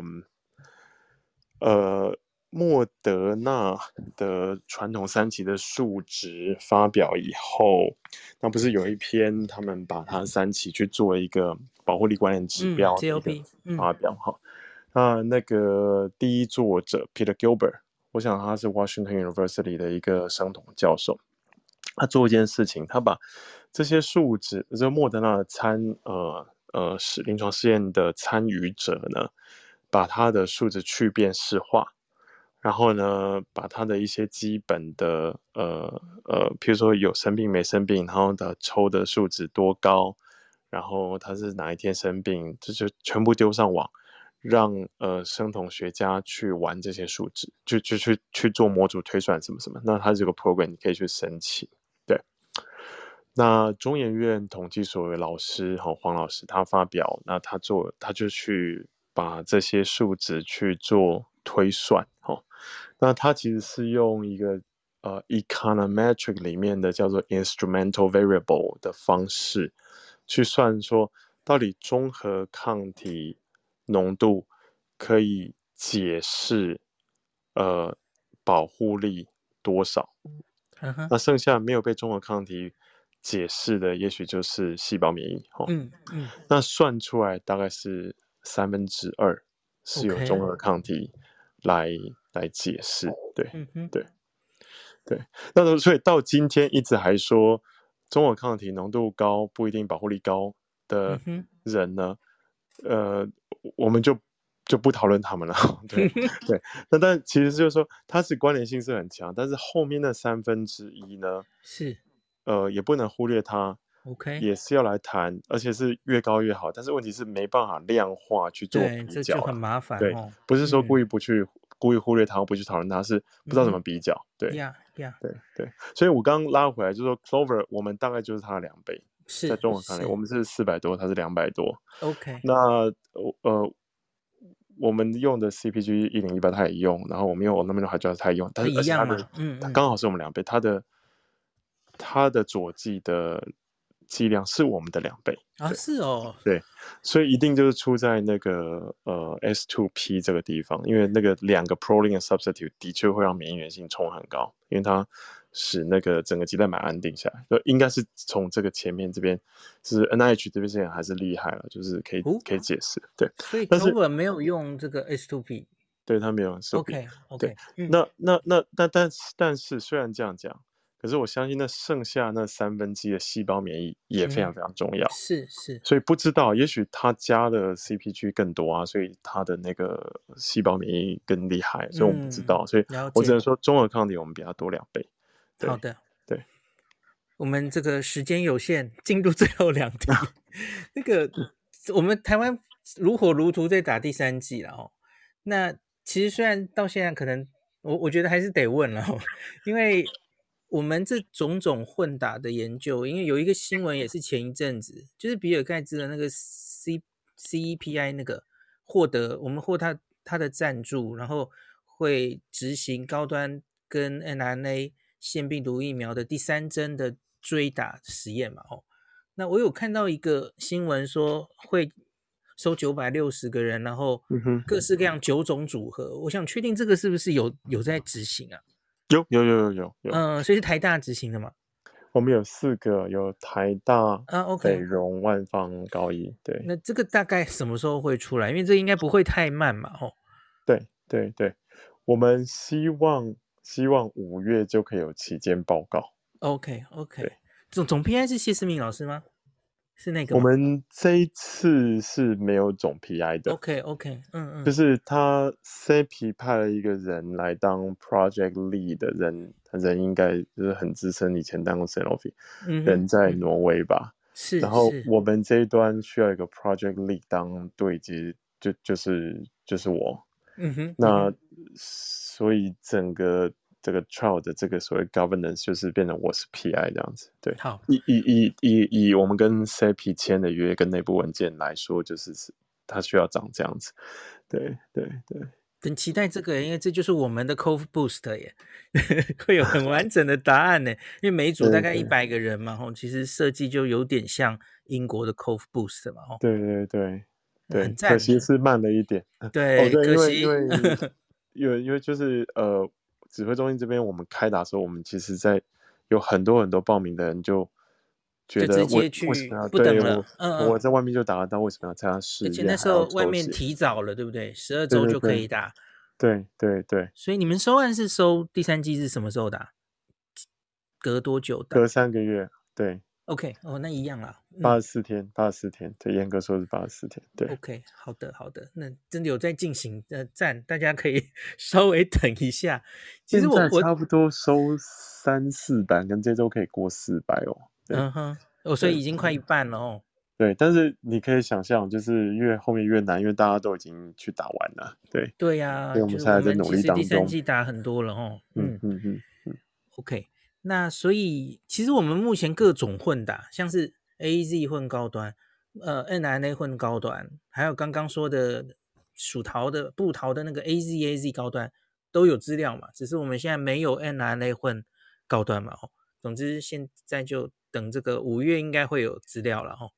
呃莫德纳的传统三期的数值发表以后，那不是有一篇他们把它三期去做一个保护力关联指嗯标的一个 ，G L P，嗯发表哈。那那个第一作者 Peter Gilbert，我想他是 Washington University 的一个生统教授。他做一件事情，他把这些数值，这莫德纳的参呃呃是临床试验的参与者呢，把他的数值去变式化，然后呢，把他的一些基本的呃呃，譬如说有生病没生病，然后的抽的数值多高，然后他是哪一天生病，这就全部丢上网。让呃生统学家去玩这些数值，就就去去做模组推算什么什么。那它这个 program 你可以去申请。对，那中研院统计所的老师哈黄老师他发表，那他做他就去把这些数值去做推算哈。那他其实是用一个呃 econometric 里面的叫做 instrumental variable 的方式去算说，到底中和抗体浓度可以解释呃保护力多少。 嗯哼， 那剩下没有被中和抗体解释的，也许就是细胞免疫。哦， 嗯嗯那算出来大概是三分之二是由中 ，OK， 和抗体来来解释。对嗯哼， 对对，那所以到今天一直还说中和抗体浓度高不一定保护力高的嗯哼， 人呢，呃，我们就就不讨论他们了。对对，那但其实就是说，它是关联性是很强，但是后面那三分之一呢， 是呃，也不能忽略它， ，OK， 也是要来谈，而且是越高越好。但是问题是没办法量化去做对，这比较了。 就很麻烦对， 哦， 不是说故嗯意不去故意忽略它，不去讨论它，是不知道怎么嗯哼， 比较。对呀呀， 对对，所以我刚刚拉回来就是说，Clover 我们大概就是它的两倍，在是中文看来，我是们是四百多，它是两百多。 ，OK， 那呃，我们用的 C P G 一零一八它也用，然后我们用 Aluminum Hydroxide 它也用，但那是而且它的一样嘛，嗯嗯， 它刚好是我们两倍，它的它的佐剂的剂量是我们的两倍。 啊， 对是哦， 对，所以一定就是出在那个呃 S 二 P 这个地方，因为那个两个 proline 的 substitute 的确会让免疫原性冲很高，因为它使那个整个鸡蛋白安定下来。就应该是从这个前面这边，是 N I H 这边还是厉害了，就是可以哦， 可以解释。对， 所以但是 Clover 没有用这个 S 二 P。 对他没有手笔。 OK 对， OK，嗯那那那那但是但是虽然这样讲，可是我相信那剩下那三分之一的细胞免疫也非常嗯， 非常重要。 是是， 所以不知道，也许他加的 C P G 更多啊，所以他的那个细胞免疫更厉害，所以我们不知嗯， 道，所以了解。 我只能说中和抗体我们比他多两倍。对好的， 对， 我们这个时间有限，进入最后两题。那个我们台湾如火如荼在打第三季了哦。那其实虽然到现在可能我我觉得还是得问了哦，因为我们这种种混打的研究，因为有一个新闻也是前一阵子，就是比尔盖茨的那个 C CEPI 那个获得我们获他它的赞助，然后会执行高端跟 n r n a 腺病毒疫苗的第三针的追打实验嘛，哦，那我有看到一个新闻说会收九百六十个人，然后嗯哼， 各式各样九种组合，我想确定这个是不是有有在执行啊？ 有有有有有有， 嗯、呃，所以是台大执行的嘛？ 我们有四个，有台大、 啊北 ，OK， 荣、万方、高一，对那这个大概什么时候会出来？因为这应该不会太慢嘛，哦。 对对对，我们希望希望五月就可以有期间报告。 OK OK， 对， 总总 P I 是谢思明老师吗？是那个吗我们这一次是没有总 P I 的， ？OK OK，嗯嗯就是他 C P 派了一个人来当 Project Lead 的人，人应该就是很资深，以前当过 Sanofi， 嗯哼嗯， 人在挪威吧。然后是是， 我们这一端需要一个 Project Lead 当对接，就就是就是我。 嗯哼嗯那哼， 所以整个这个 trial 的这个所谓 governance 就是变成我是 P I 这样子。对， 好， 以以以以以我们跟 C P 签的约跟内部文件来说，就是它需要长这样子。对对对很期待这个，因为这就是我们的 Cove Boost 耶，会有很完整的答案呢。因为每一组大对对概一百个人嘛，吼，其实设计就有点像英国的 Cove Boost 嘛，吼， 对对对对，可很赞。 惜是慢了一点。哦， 对， 对，因为因可惜， 为因为因为就是呃，指挥中心这边我们开打的时候，我们其实在有很多很多报名的人就觉就直得为接去为什么要不等了， 对我嗯嗯。 我在外面就打得到，为什么要参加而试验还要且那时候外面抽血？ 提早了，对不对？十二周就可对对对以打， 对对对， 所以你们收案是收第三季是什么时候打？隔多久打隔三个月，对， ？OK，哦，那一样啦。嗯八十四天，八十四天，对，严格说是八十四天，对。 ，OK，好的好的，那真的有在进行呃赞，大家可以稍微等一下。其实现在我我差不多收三四百，跟这周可以过四百哦。对嗯哼，哦，所以对已经快一半了哦。 对，但是你可以想象，就是越后面越难，因为大家都已经去打完了。对， 对呀、 所以我们就是我现在在努力们其实第当中。 三季打很多了哦。 嗯嗯嗯嗯嗯 ，OK，那所以其实我们目前各种混打，像是 A Z 混高端，呃 n r n a 混高端，还有刚刚说的属桃的布桃的那个 A Z A Z 高端都有资料嘛，只是我们现在没有 n r n a 混高端嘛。哦，总之现在就等这个五月应该会有资料了哦。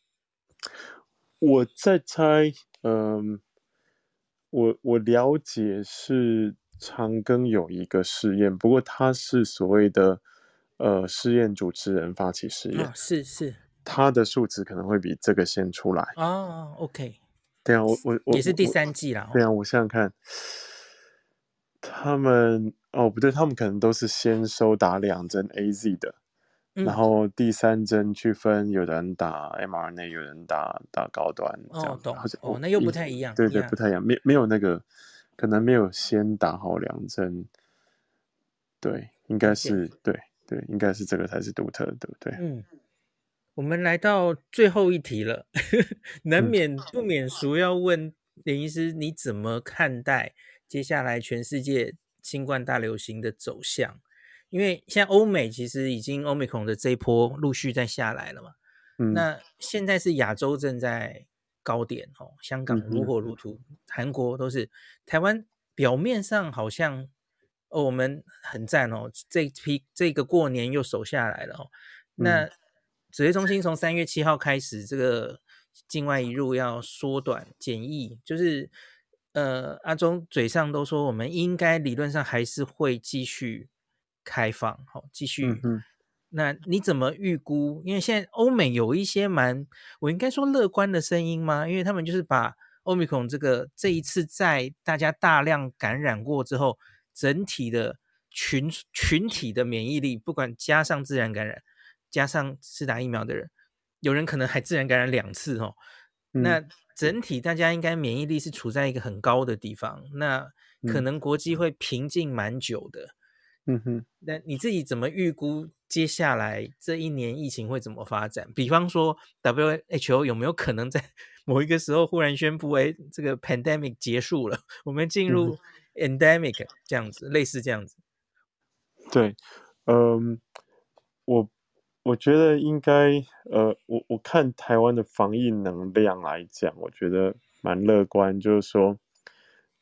我在猜，嗯，我我了解是长庚有一个试验，不过他是所谓的呃试验主持人发起试验， 啊，是是他的数值可能会比这个先出来。 哦，OK， 对啊，我我我也是第我我， 三季啦哦。 对啊，我想想看，他们哦不对，他们可能都是先收打两针 A Z 的，然嗯， 后第三针去分，有人打 m R N A，有人打打高端这哦， 样子，好懂哦， 像我一那又不太一样对对呀。 不太一样，没没有那个，可能没有先打好两针，对，应该了解。 是对对，应该是这个才是独特的，对不对？ 嗯。我们来到最后一题了，难嗯免不免俗要问林医师，你怎么看待接下来全世界新冠大流行的走向？因为现在欧美其实已经 Omicron 的这一波陆续在下来了嘛， 嗯那现在是亚洲正在高点哦，香港如嗯嗯火如荼，韩国都是，台湾表面上好像哦我们很赞哦，这一批这个过年又守下来了哦。 嗯那指挥中心从三月七号开始，这个境外一入要缩短检疫，就是呃阿中嘴上都说我们应该理论上还是会继续开放，好、继续。 嗯嗯那你怎么预估？因为现在欧美有一些蛮，我应该说乐观的声音吗？因为他们就是把 Omicron 这个这一次在大家大量感染过之后，整体的群群体的免疫力，不管加上自然感染，加上施打疫苗的人，有人可能还自然感染两次哦。 嗯那整体大家应该免疫力是处在一个很高的地方，那可嗯能国际会平静蛮久的。 嗯哼。 那你自己怎么预估接下来这一年疫情会怎么发展？比方说 W H O 有没有可能在某一个时候忽然宣布，哎，这个 pandemic 结束了，我们进嗯哼， 入 endemic 这样子，类似这样子。 对，嗯，我我觉得应该，呃，我我看台湾的防疫能量来讲，我觉得蛮乐观，就是说，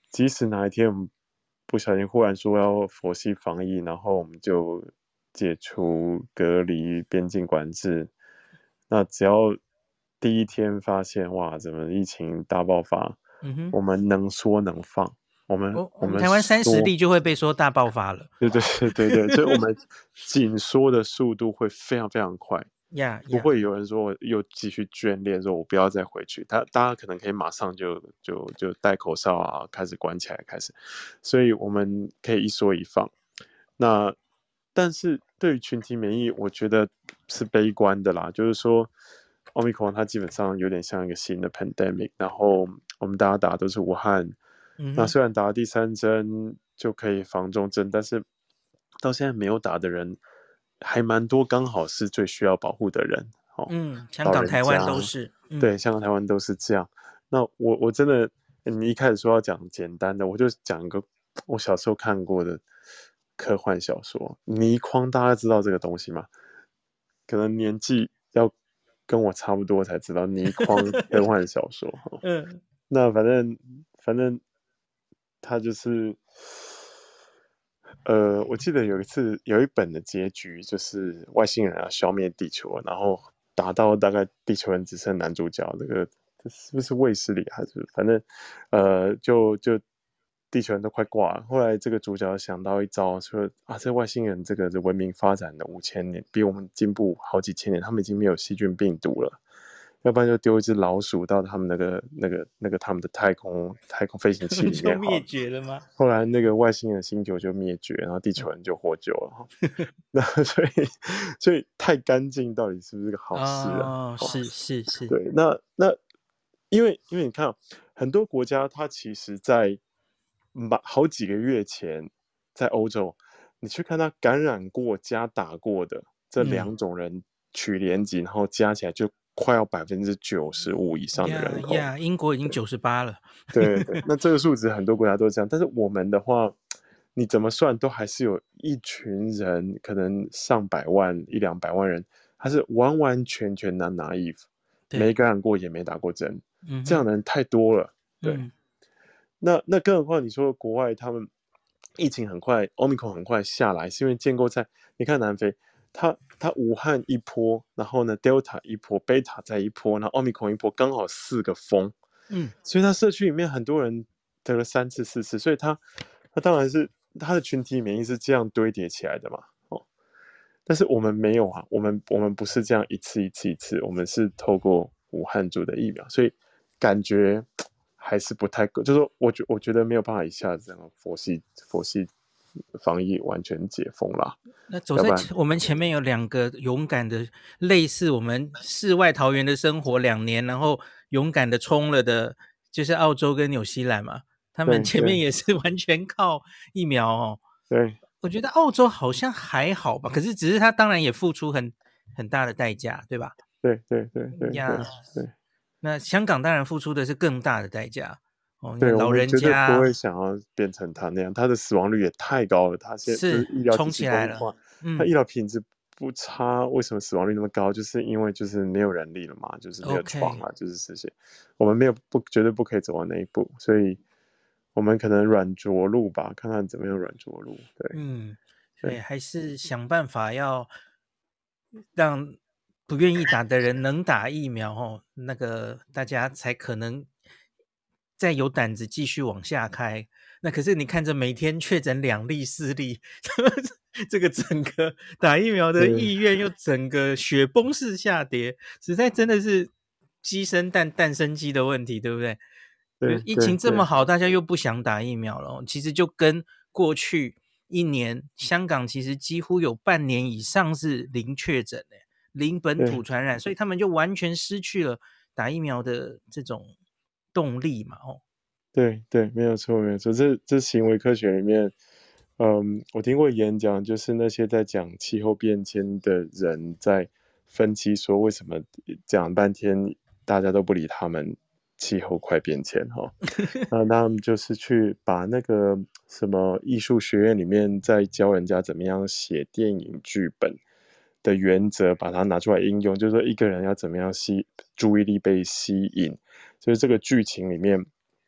即使哪一天我们不小心忽然说要佛系防疫，然后我们就解除隔离、边境管制，那只要第一天发现哇，怎么疫情大爆发， 嗯哼， 我们能说能放，我们我我们我们台湾三十说。 例就会被说大爆发了。 对对对对对，所以我们紧缩的速度会非常非常快， 呀呀， 不会有人说我又继续眷恋，说我不要再回去。他大家可能可以马上就就就戴口罩啊，开始关起来，开始，所以我们可以一说一放。那但是对于群体免疫，我觉得是悲观的啦，就是说。奥密克戎它基本上有点像一个新的 pandemic，然后我们大家打的都是武汉， 嗯哼， 那虽然打了第三针就可以防重症，但是到现在没有打的人还蛮多，刚好是最需要保护的人，哦， 嗯，香老港、台湾人家， 都是，嗯， 对，香港、台湾都是这样。那我我真的，你一开始说要讲简单的，我就讲一个我小时候看过的科幻小说《倪匡》，大家知道这个东西吗？可能年纪要跟我差不多才知道倪匡科幻小说哈。 嗯那反正反正他就是，呃，我记得有一次有一本的结局就是外星人要消灭地球，然后打到大概地球人只剩男主角，这个这是不是卫斯理还是反正呃就就地球人都快挂了。后来这个主角想到一招，说啊，这外星人这个文明发展了五千年，比我们进步好几千年，他们已经没有细菌病毒了。要不然就丢一只老鼠到他们那个、那个、那个他们的太空太空飞行器里就灭面好了。 绝了吗？ 后来那个外星人星球就灭绝，然后地球人就获救了。那所以所以太干净到底是不是个好事啊？ 哦， 哦， 是是是， 对，那那因为因为你看、哦，很多国家它其实在蛮好几个月前，在欧洲，你去看它感染过加打过的这嗯， 两种人取连级，然后加起来就快要百分之九十五以上的人口。 呀呀，英国已经九十八了。 对对，那这个数值很多国家都是这样，但是我们的话，你怎么算都还是有一群人，可能上百万、一两百万人，他是完完全全的 naive，没对， 感染过也没打过针， 嗯哼， 这样的人太多了。对， 嗯， 那那更何况你说国外他们疫情很快，Omicron 很快下来，是因为建构在你看南非，它它武汉一波，然后呢 Delta 一波，Beta 再一波，然后 Omicron 一波，刚好四个峰。 嗯， 所以他社区里面很多人得了三次、四次，所以他他当然是他的群体免疫是这样堆叠起来的嘛，哦。但是我们没有啊，我们我们不是这样一次一次一次，我们是透过武汉做的疫苗，所以感觉还是不太够，就是说我觉我觉得没有办法一下子这样佛系佛系防疫完全解封啦， 那走在要不然我们前面有两个勇敢的，类似我们世外桃源的生活两年，然后勇敢的冲了的，就是澳洲跟纽西兰嘛，他们前面对对也是完全靠疫苗哦。 对我觉得澳洲好像还好吧，可是只是他当然也付出很很大的代价，对吧？ 对对对对对呀， 对。 那香港当然付出的是更大的代价哦，因为对，我老人们绝对不家会想要变成他那样，他的死亡率也太高了，他现就是是冲医疗体系起来了， 崩坏，他嗯医疗品质不差，为什么死亡率那么高？就是因为就是没有人力了嘛，就是没有床 ，OK， 啊，就是这些，我们没有不绝对不可以走到那一步，所以我们可能软着陆吧，看看怎么样软着陆。对嗯，所以对还是想办法要让不愿意打的人能打疫苗哦，那个大家才可能再有胆子继续往下开。那可是你看着每天确诊两例、四例，这个整个打疫苗的对意愿又整个雪崩式下跌，实在真的是鸡生蛋，蛋生鸡的问题，对不对？就对疫情这么对对好，大家又不想打疫苗了哦，其实就跟过去一年，香港其实几乎有半年以上是零确诊诶，零本土对传染，所以他们就完全失去了打疫苗的这种动力嘛。哦， 对对，没有错没有错，这这行为科学里面。嗯，我听过演讲，就是那些在讲气候变迁的人在分析说，为什么讲半天大家都不理他们，气候快变迁哈、哦？那那他们就是去把那个什么艺术学院里面在教人家怎么样写电影剧本的原则，把它拿出来应用，就是说一个人要怎么样吸注意力被吸引，就是这个剧情里面。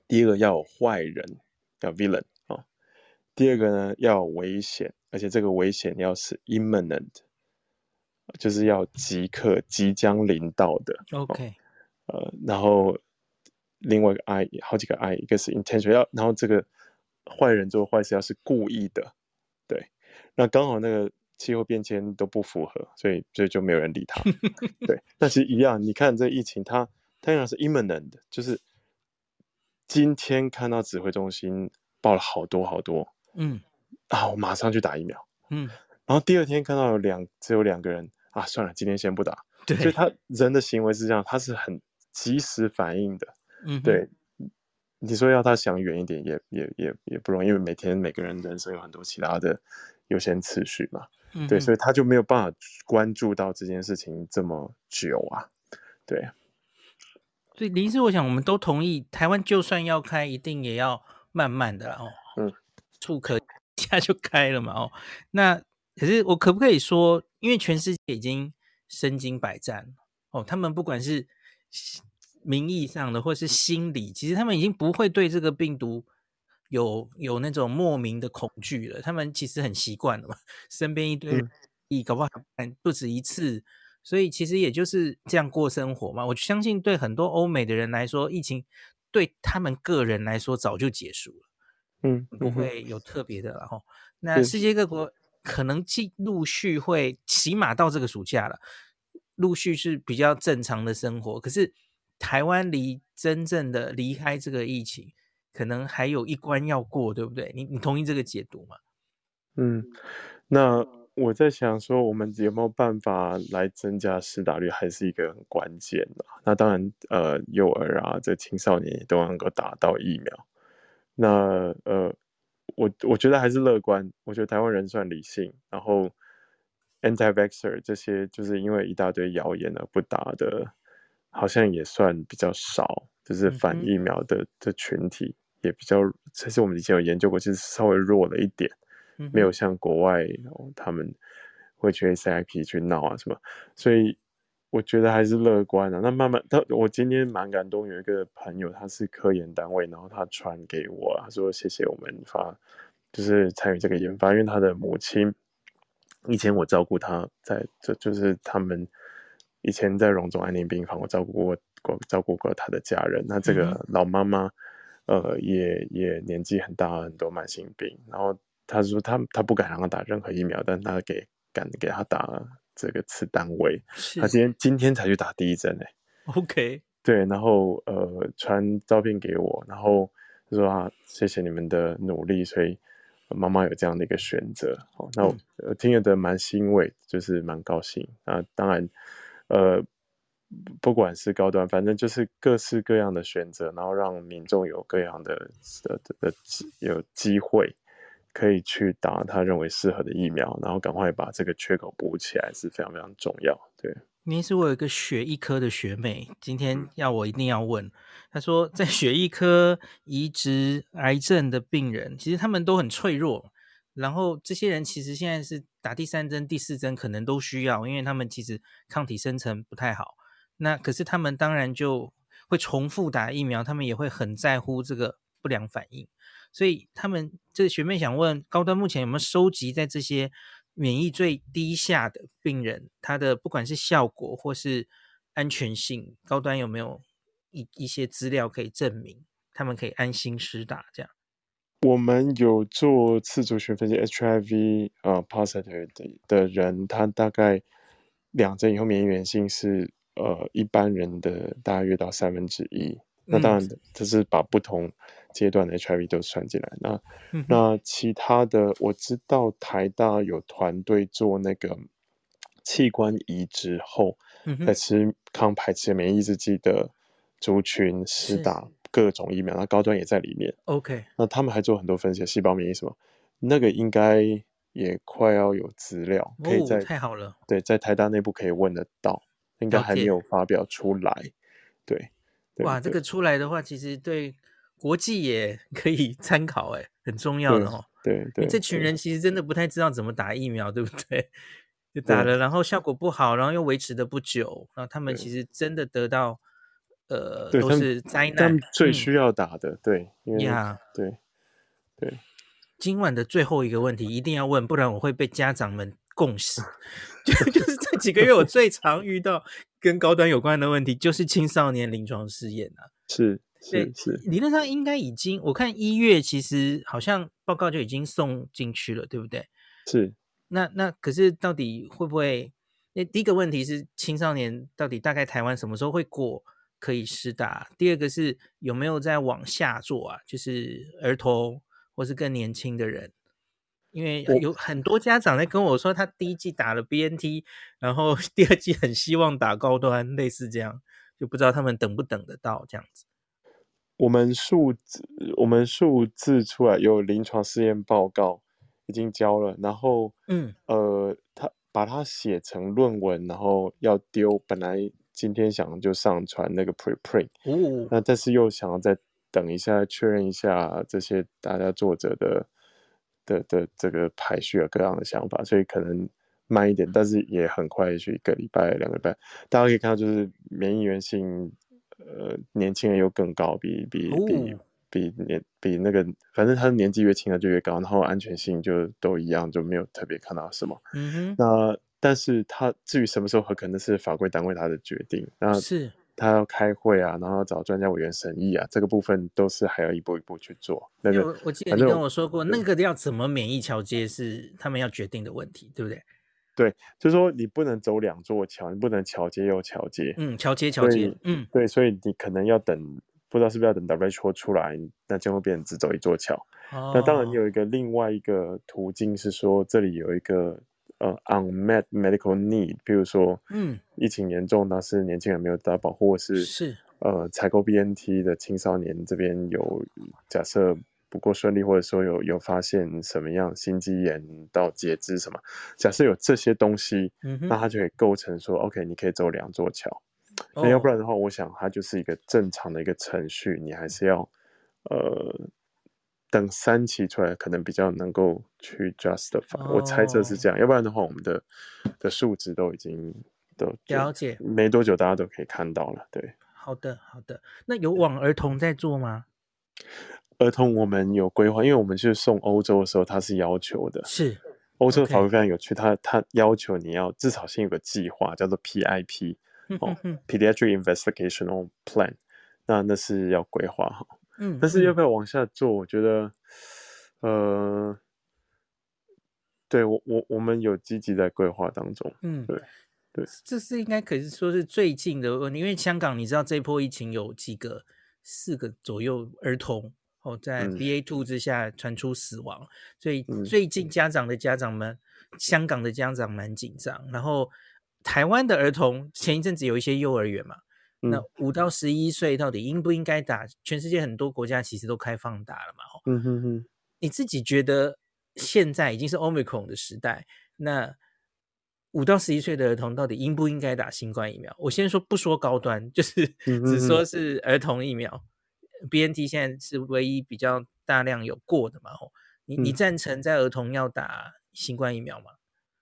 第第一个要有坏人，要 villain 哦。第二个呢要有危险，而且这个危险要是 imminent， 就是要即刻即将临到的。OK，哦、呃，然后另外一个 I 好几个 I， 一个是 intention， 要然后这个坏人做坏事要是故意的，对。那刚好那个气候变迁都不符合，所以所以就没有人理他。对，那其实一样，你看这疫情，它它然是 imminent， 就是今天看到指挥中心报了好多好多，嗯啊，我马上去打疫苗。嗯，然后第二天看到有两只有两个人啊，算了，今天先不打。所以对，他人的行为是这样，他是很及时反应的。嗯哼，对，你说要他想远一点也也也也不容易，因为每天每个人人生有很多其他的优先次序嘛。对，嗯哼，所以他就没有办法关注到这件事情这么久啊。对，所以林医师，我想我们都同意，台湾就算要开，一定也要慢慢的啦哦，嗯处可一下就开了嘛哦。那可是我可不可以说，因为全世界已经身经百战哦，他们不管是名义上的或是心理，其实他们已经不会对这个病毒有有那种莫名的恐惧了，他们其实很习惯了嘛，身边一堆人，嗯搞不好不止一次。所以其实也就是这样过生活嘛。我相信对很多欧美的人来说，疫情对他们个人来说早就结束了，不嗯嗯哼，会有特别的了哈。那世是界各国可能继陆续会，起码到这个暑假了，陆续是比较正常的生活。可是台湾离真正的离开这个疫情，可能还有一关要过，对不对？你你同意这个解读吗？嗯。那我在想说，我们有没有办法来增加施打率，还是一个很关键的。那当然，呃，幼儿啊，这青少年也都能够打到疫苗。那呃，我我觉得还是乐观。我觉得台湾人算理性，然后 anti-vaxxer 这些就是因为一大堆谣言而不打的，好像也算比较少，就是反疫苗的的群体也比较，其实我们以前有研究过，其实稍微弱了一点。没有像国外、哦、他们会去 A C I P 去闹啊什么，所以我觉得还是乐观啊。那慢慢，他我今天蛮感动，有一个朋友他是科研单位，然后他传给我，他说谢谢我们发，就是参与这个研发，因为他的母亲以前我照顾他在，这就是他们以前在荣总安宁病房，我照顾过过照顾过他的家人。那这个老妈妈，呃，也也年纪很大，很多慢性病，然后他说他他不敢让他打任何疫苗，但他给敢给他打这个次单位，他今天今天才去打第一针哎。OK，对，然后呃传照片给我，然后就说啊谢谢你们的努力，所以妈妈有这样的一个选择。哦，那我、呃、听得蛮欣慰，就是蛮高兴啊。当然，呃，不管是高端，反正就是各式各样的选择，然后让民众有各样的的的有机会可以去打他认为适合的疫苗，然后赶快把这个缺口补起来，是非常非常重要。对。你是我有一个血液科的学妹，今天要我一定要问，她说在血液科移植癌症的病人，其实他们都很脆弱，然后这些人其实现在是打第三针、第四针可能都需要，因为他们其实抗体生成不太好。那可是他们当然就会重复打疫苗，他们也会很在乎这个不良反应，所以他们这个学妹想问，高端目前有没有收集在这些免疫最低下的病人，他的不管是效果或是安全性，高端有没有一一些资料可以证明他们可以安心施打？这样，我们有做次族群分析 ，H I V 呃 positive 的的人，他大概两针以后免疫原性是呃一般人的大约到三分之一。那当然，这是把不同阶段的 H I V 都算进来。那、嗯、那其他的，我知道台大有团队做那个器官移植后，嗯、在吃抗排斥免疫抑制剂的族群施打各种疫苗，那高端也在里面。OK，那他们还做很多分析，细胞免疫什么，那个应该也快要有资料，可以哦，在太好了，对在台大内部可以问得到，应该还没有发表出来。对，对哇，这对个出来的话，其实对国际也可以参考，哎，很重要对的哦。对对因为这群对人其实真的不太知道怎么打疫苗，对不对？就打对了，然后效果不好，然后又维持的不久，然后他们其实真的得到 呃都对他们， 是灾难。 他们最嗯需要打的，对，因为呀， 对对， 今晚的最后一个问题一定要问，不然我会被家长们共死。就就是这几个月我最常遇到跟高端有关的问题，就是青少年临床试验啊。 是是对， 是理论上应该已经，我看一月其实好像报告就已经送进去了，对不对？ 是， 那那可是到底会不会？那第一个问题是青少年到底大概台湾什么时候会过可以施打？第二个是有没有在往下做啊？就是儿童或是更年轻的人，因为我有很多家长在跟我说，他第一季打了 B N T，然后第二季很希望打高端，类似这样，就不知道他们等不等得到这样子。 我们数字我们数字出来有临床试验报告已经交了，然后嗯， 呃，他把它写成论文，然后要丢，本来今天想就上传那个 preprint， 哦， 那但是又想要再等一下确认一下这些大家作者的的的这个排序啊各样的想法，所以可能慢一点，但是也很快，也许一个礼拜两个礼拜，大家可以看到就是免疫原性，呃，年轻人又更高，比比比哦， 比年比那个，反正他年纪越轻的就越高，然后安全性就都一样，就没有特别看到什么。 嗯哼， 那但是他至于什么时候喝，可能是法规单位他的决定。那是。 他要开会啊，然后找专家委员审议啊，这个部分都是还要一步一步去做。那个因为我我记得你反正我跟我说过，那对个要怎么免疫桥接是他们要决定的问题，对不对？ 对，就是说你不能走两座桥，你不能桥接又桥接， 嗯，桥接桥接， 所以嗯， 对，所以你可能要等，不知道是不是要等 W H O 出来，那将会变成只走一座桥。那当然，你哦， 有一个另外一个途径是说，这里有一个呃 unmet medical need，比如说嗯， 疫情严重，但是年轻人没有得到保护，或是是， 呃采购 B N T 的青少年这边有假设不够顺利，或者说有有发现什么样心肌炎到截肢什么，假设有这些东西， 嗯哼， 那它就可以构成说 OK，你可以走两座桥。那要不哦， 然的话，我想它就是一个正常的一个程序，你还是要呃等三期出来，可能比较能够去 justify。我猜测是哦， 这样，要不然的话，我们的的数值都已经都就了解， 没多久，大家都可以看到了。对， 好的，好的。那有往儿童在做吗？ 儿童我们有规划，因为我们去送欧洲的时候，它是要求的。 是欧洲的法规 ，OK， 非常有趣，它它要求你要至少先有个计划，叫做 P I P 哦哼哼哼， ，Pediatric Investigational Plan，那那是要规划好。 嗯嗯但是要不要往下做？我觉得，呃，对我我我们有积极在规划当中。 嗯， 对对， 这是应该可以说是最近的问题，因为香港你知道这一波疫情有几个四个左右儿童哦，在嗯 B A 二 之下传出死亡，所以嗯最近家长的家长们，香港的家长蛮紧张，然后台湾的儿童前一阵子有一些幼儿园嘛，那嗯五到十一岁到底应不应该打？全世界很多国家其实都开放打了嘛，哦， 嗯哼哼， 你自己觉得现在已经是 Omicron 的时代，那五到十一岁的儿童到底应不应该打新冠疫苗？我先说不说高端，就是嗯只哼哼， 说是儿童疫苗，B N T 现在是唯一比较大量有过的嘛。吼，你你嗯， 赞成在儿童要打新冠疫苗吗？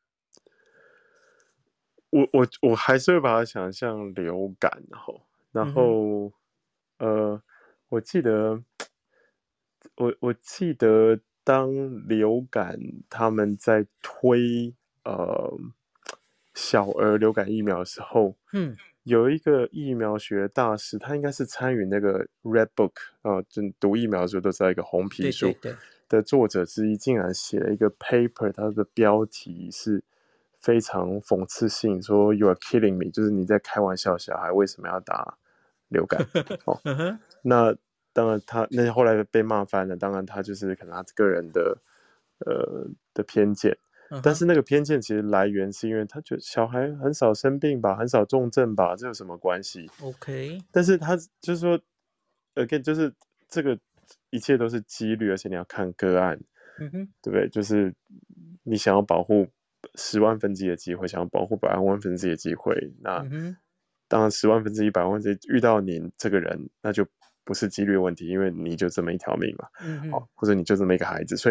我我我还是会把它想象流感，然后然嗯哼， 后呃，我记得我我记得当流感他们在推呃小儿流感疫苗的时候， 嗯， 有一个疫苗学大师，他应该是参与那个 Red Book 啊、呃，就读疫苗的时候都在一个红皮书对对对， 的作者之一，竟然写了一个 paper，它的标题是非常讽刺性，说 "You are killing me"，就是你在开玩笑，小孩为什么要打流感？哦， 嗯哼， 那当然他那后来被骂翻了，当然他就是可能他个人的呃的偏见， 嗯哼但是那个偏见其实来源是因为他觉得小孩很少生病吧，很少重症吧，这有什么关系？ ，OK， 但是他就是说，again，就是这个一切都是几率，而且你要看个案， 嗯哼， 对不对？就是你想要保护十万分之一的机会，想要保护百万分之一的机会，那嗯哼， 当然十万分之一、百万分之一遇到你这个人，那就不是几率问题，因为你就这么一条命嘛， 嗯哼， 好，或者你就这么一个孩子，所以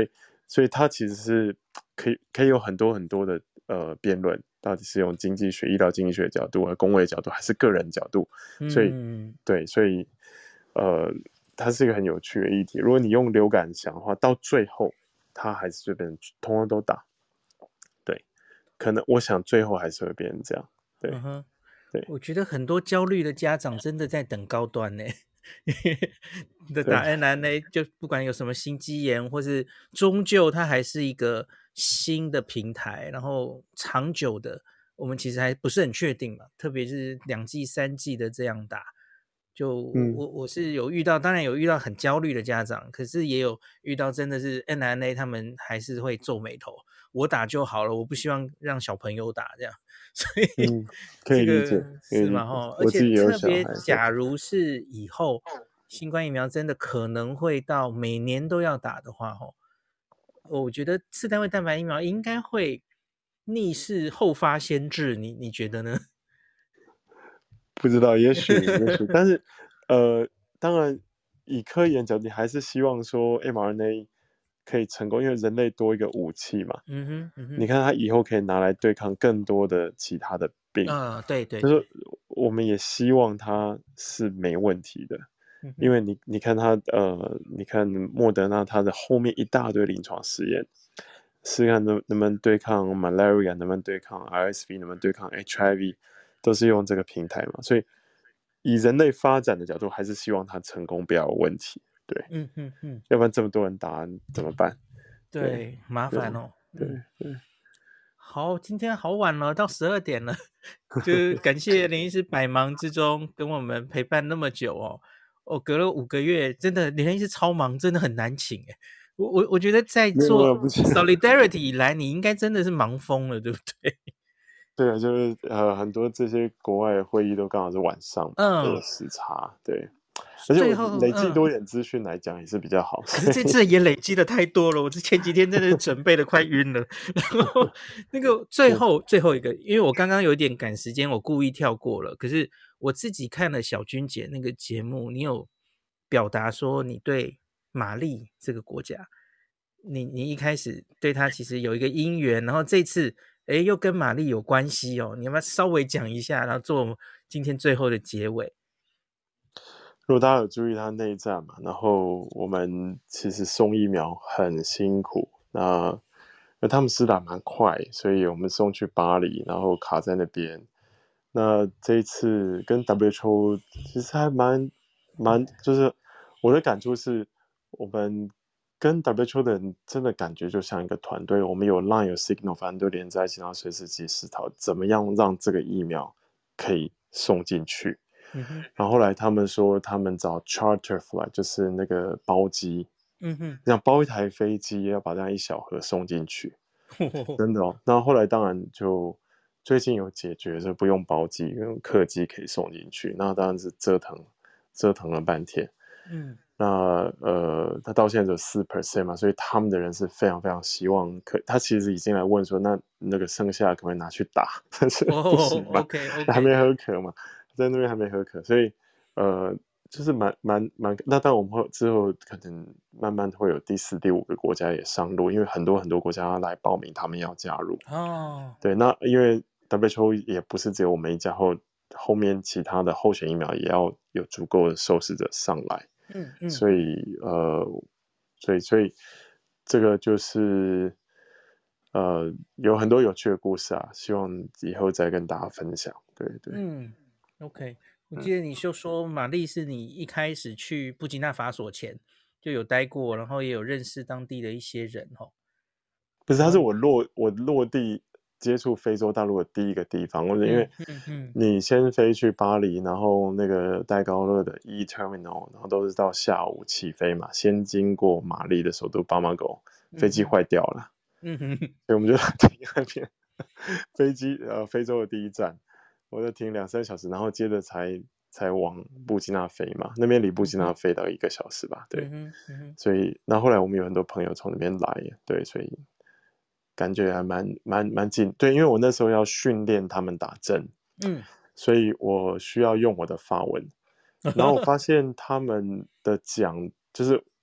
所以它其实是可以可以有很多很多的呃辩论，到底是用经济学、医疗经济学的角度，和工位角度，还是个人角度。所以嗯， 对，所以呃，它是一个很有趣的议题。如果你用流感想的话，到最后它还是会变成通通都打。对，可能我想最后还是会变成这样。对嗯哼， 对我觉得很多焦虑的家长真的在等高端呢。的打对， N R N A 就不管有什么心肌炎，或是终究它还是一个新的平台，然后长久的，我们其实还不是很确定嘛。特别是两剂、三剂的这样打，就我嗯。 我我是有遇到，当然有遇到很焦虑的家长，可是也有遇到真的是 N R N A 他们还是会皱眉头，我打就好了，我不希望让小朋友打这样。所以嗯，可这以理解， 个是嘛可以理解。 哈，而且我自己也有特别小孩，对。 假如是以后新冠疫苗真的可能会到每年都要打的话哈，我觉得次单位蛋白疫苗应该会逆势后发先至，你你觉得呢？ 不知道，也许也许，但是呃，当然以科研角度，你还是希望说 mRNA 可以成功，因为人类多一个武器嘛。 嗯哼，嗯哼， 你看它以后可以拿来对抗更多的其他的病， 啊、对对就是对， 我们也希望它是没问题的。 嗯哼， 因为你你看它呃，你看莫德纳它的后面一大堆临床实验，试看能能不能对抗 malaria，能不能对抗 R S V，能不能对抗 H I V，都是用这个平台嘛。所以以人类发展的角度，还是希望它成功，不要有问题。对， 嗯哼嗯， 要不然这么多人打怎么办？对对，麻对烦哦， 对嗯。 对， 好，今天好晚了，到十二点了，就是感谢林医师百忙之中跟我们陪伴那么久哦。哦，隔了五个月，真的林医师超忙，真的很难请哎。我我我觉得在没有没有， 做不是。 Solidarity 以来，你应该真的是忙疯了，对不对？ 对啊，就是呃，很多这些国外的会议都刚好是晚上嘛，都有嗯， 时差。对，而且我最后累积多嗯， 一点资讯来讲也是比较好， 可是所以这次也累积的太多了，我这前几天真的是准备的快晕了。然后那个最对， 后最后一个，因为我刚刚有点赶时间，我故意跳过了。可是我自己看了小君姐那个节目，你有表达说你对玛丽这个国家，你你一开始对她其实有一个姻缘，然后这次诶又跟玛丽有关系哦，你要不要稍微讲一下，然后做今天最后的结尾？ 如果大家有注意他内战嘛，然后我们其实送疫苗很辛苦，那因为他们施打蛮快，所以我们送去巴黎，然后卡在那边。那这一次跟 W H O 其实还蛮蛮，就是我的感触是，我们跟 W H O 的人真的感觉就像一个团队，我们有 Line 有 Signal，反正都连在一起，然后随时及时讨怎么样让这个疫苗可以送进去。 嗯哼， 然后后来他们说，他们找 charter flight，就是那个包机， 嗯哼， 想包一台飞机，要把这样一小盒送进去， 嗯真的哦。那后来当然就最近有解决，就不用包机，用客机可以送进去。那当然是折腾折腾了半天。 嗯， 那呃，他到现在只有四 percent 嘛，所以他们的人是非常非常希望可，他其实已经来问说，那那个剩下可不可以拿去打？但是不哦行嘛， ，OK 还没 OK， 喝渴嘛，在那边还没喝渴，所以呃，就是蛮蛮蛮，那当然我们会之后可能慢慢会有第四、第五个国家也上路，因为很多很多国家来报名，他们要加入。 哦， 对，那因为 W H O 也不是只有我们一家，后后面其他的候选疫苗也要有足够的受试者上来。 嗯嗯所以呃，所以所以这个就是呃有很多有趣的故事啊，希望以后再跟大家分享。对对， 嗯，OK。我嗯， 记得你就说玛丽是你一开始去布吉纳法索前就有待过，然后也有认识当地的一些人哦。 不是，它是然后， 我落我落地接触非洲大陆的第一个地方，或者因为嗯嗯嗯你先飞去巴黎，然后那个戴高乐的 E Terminal，然后都是到下午起飞嘛，先经过马利的首都巴马狗，飞机嗯哼坏掉了。 嗯哼， 所以我们就停那边飞机，呃，非洲的第一站，我就停两三小时，然后接着才才往布基纳飞嘛，那边离布基纳嗯哼飞到一个小时吧，对， 嗯哼嗯哼所以那后来我们有很多朋友从那边来，对，所以感觉还蛮蛮蛮近，对，因为我那时候要训练他们打针， 嗯， 所以我需要用我的法文，然后我发现他们的讲就是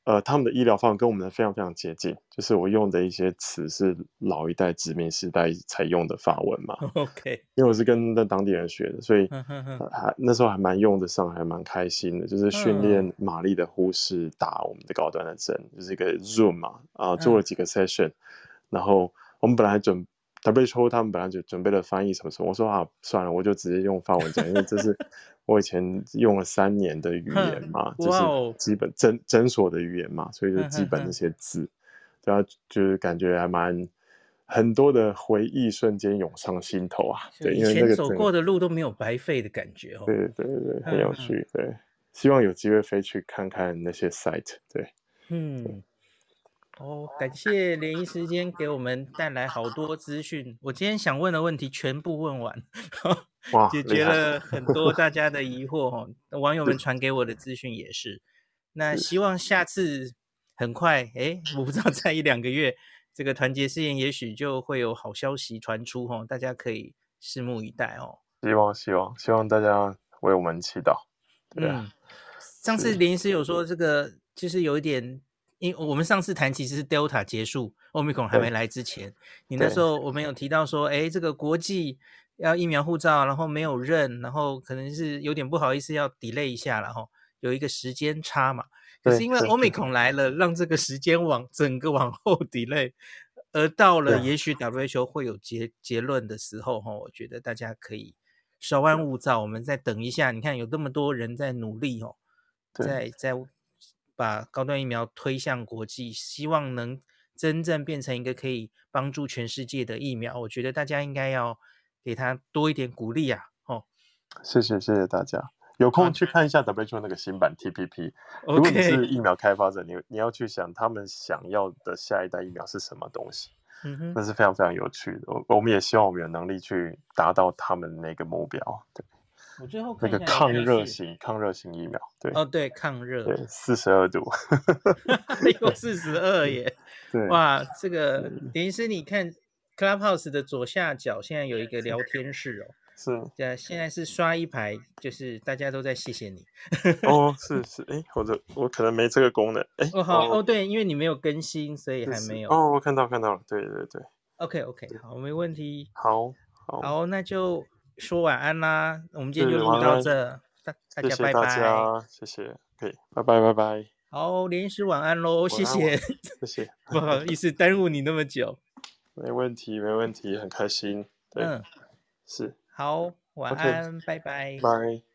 呃，他们的医疗方法跟我们的非常非常接近，就是我用的一些词是老一代殖民时代才用的法文嘛。 OK， 因为我是跟那当地人学的，所以、 嗯哼哼， 呃、还那时候还蛮用得上，还蛮开心的。就是训嗯练玛丽的护士打我们的高端的针，就是一个 Zoom 嘛，啊、做了嗯几个 session，然后我们本来准 W H O 他们本来就准备了翻译什么什么，我说啊算了，我就直接用法文讲，因为这是我以前用了三年的语言哼， 嘛，就是哇哦， 基本诊诊所的语言嘛，所以就哼基本那哼哼， 些字，对啊，就是感觉还蛮很多的回忆瞬间涌上心头啊，对， 就以因为那前走个整个过的路都没有白费的感觉哦。 对对对，很哼哼， 有趣，对，希望有机会飞去看看那些 site，对， 嗯。哦，感谢联谊时间给我们带来好多资讯。我今天想问的问题全部问完， 哇， 解厉害， 决了很多大家的疑惑哦。网友们是传给我的资讯也是。那是， 希望下次很快，诶，我不知道在一两个月，这个团结试验也许就会有好消息传出哦，大家可以拭目以待哦。 希望希望希望大家为我们祈祷，对啊， 嗯，上次是， 林医师有说这个就是有一点，因我们上次谈其实是 Delta 结束，Omicron 还没对来之前，你那时对候我们有提到说，哎，这个国际要疫苗护照，然后没有认，然后可能是有点不好意思要 delay 一下了哈，有一个时间差嘛。可是因为对对对 Omicron 来了，让这个时间往整个往后 delay，而到了对也许 W H O 会有结结论的时候哈，我觉得大家可以稍安勿躁，我们再等一下。你看有这么多人在努力哦， 对， 在在把高端疫苗推向国际，希望能真正变成一个可以帮助全世界的疫苗。我觉得大家应该要给他多一点鼓励啊！哦， 谢谢谢谢大家。有好空去看一下 W H O 那个新版 T P P。如果你是 ，OK， 疫苗开发者，你你要去想他们想要的下一代疫苗是什么东西， 嗯哼， 那是非常非常有趣的。我我们也希望我们有能力去达到他们那个目标。对， 我最后那个看一下有抗热没有是型抗热型疫苗，对哦，对，抗热， 对，四十二度， 有四十二耶！ 对， 哇，这个林医师，你看 Clubhouse 的左下角现在有一个聊天室哦， 是对，现在是刷一排，就是大家都在谢谢你。 哦，是是，哎，我的我可能没这个功能，哎， 哦，好， 哦， 哦，对，因为你没有更新，所以是是， 还没有。 哦，我看到看到了，对对对 OK，OK， 对， 好，没问题。 好好， 好，那就说晚安啦。我们今天就是录晚安。 到这，大大家拜谢谢大拜。 家，谢谢，可以，拜拜拜拜， 好，连师晚安喽，谢谢， 晚安晚安，谢谢， 不好意思耽误你那么久。 没问题没问题，很开心，对， 嗯， 是好，晚 ，OK， 安，拜拜。 拜。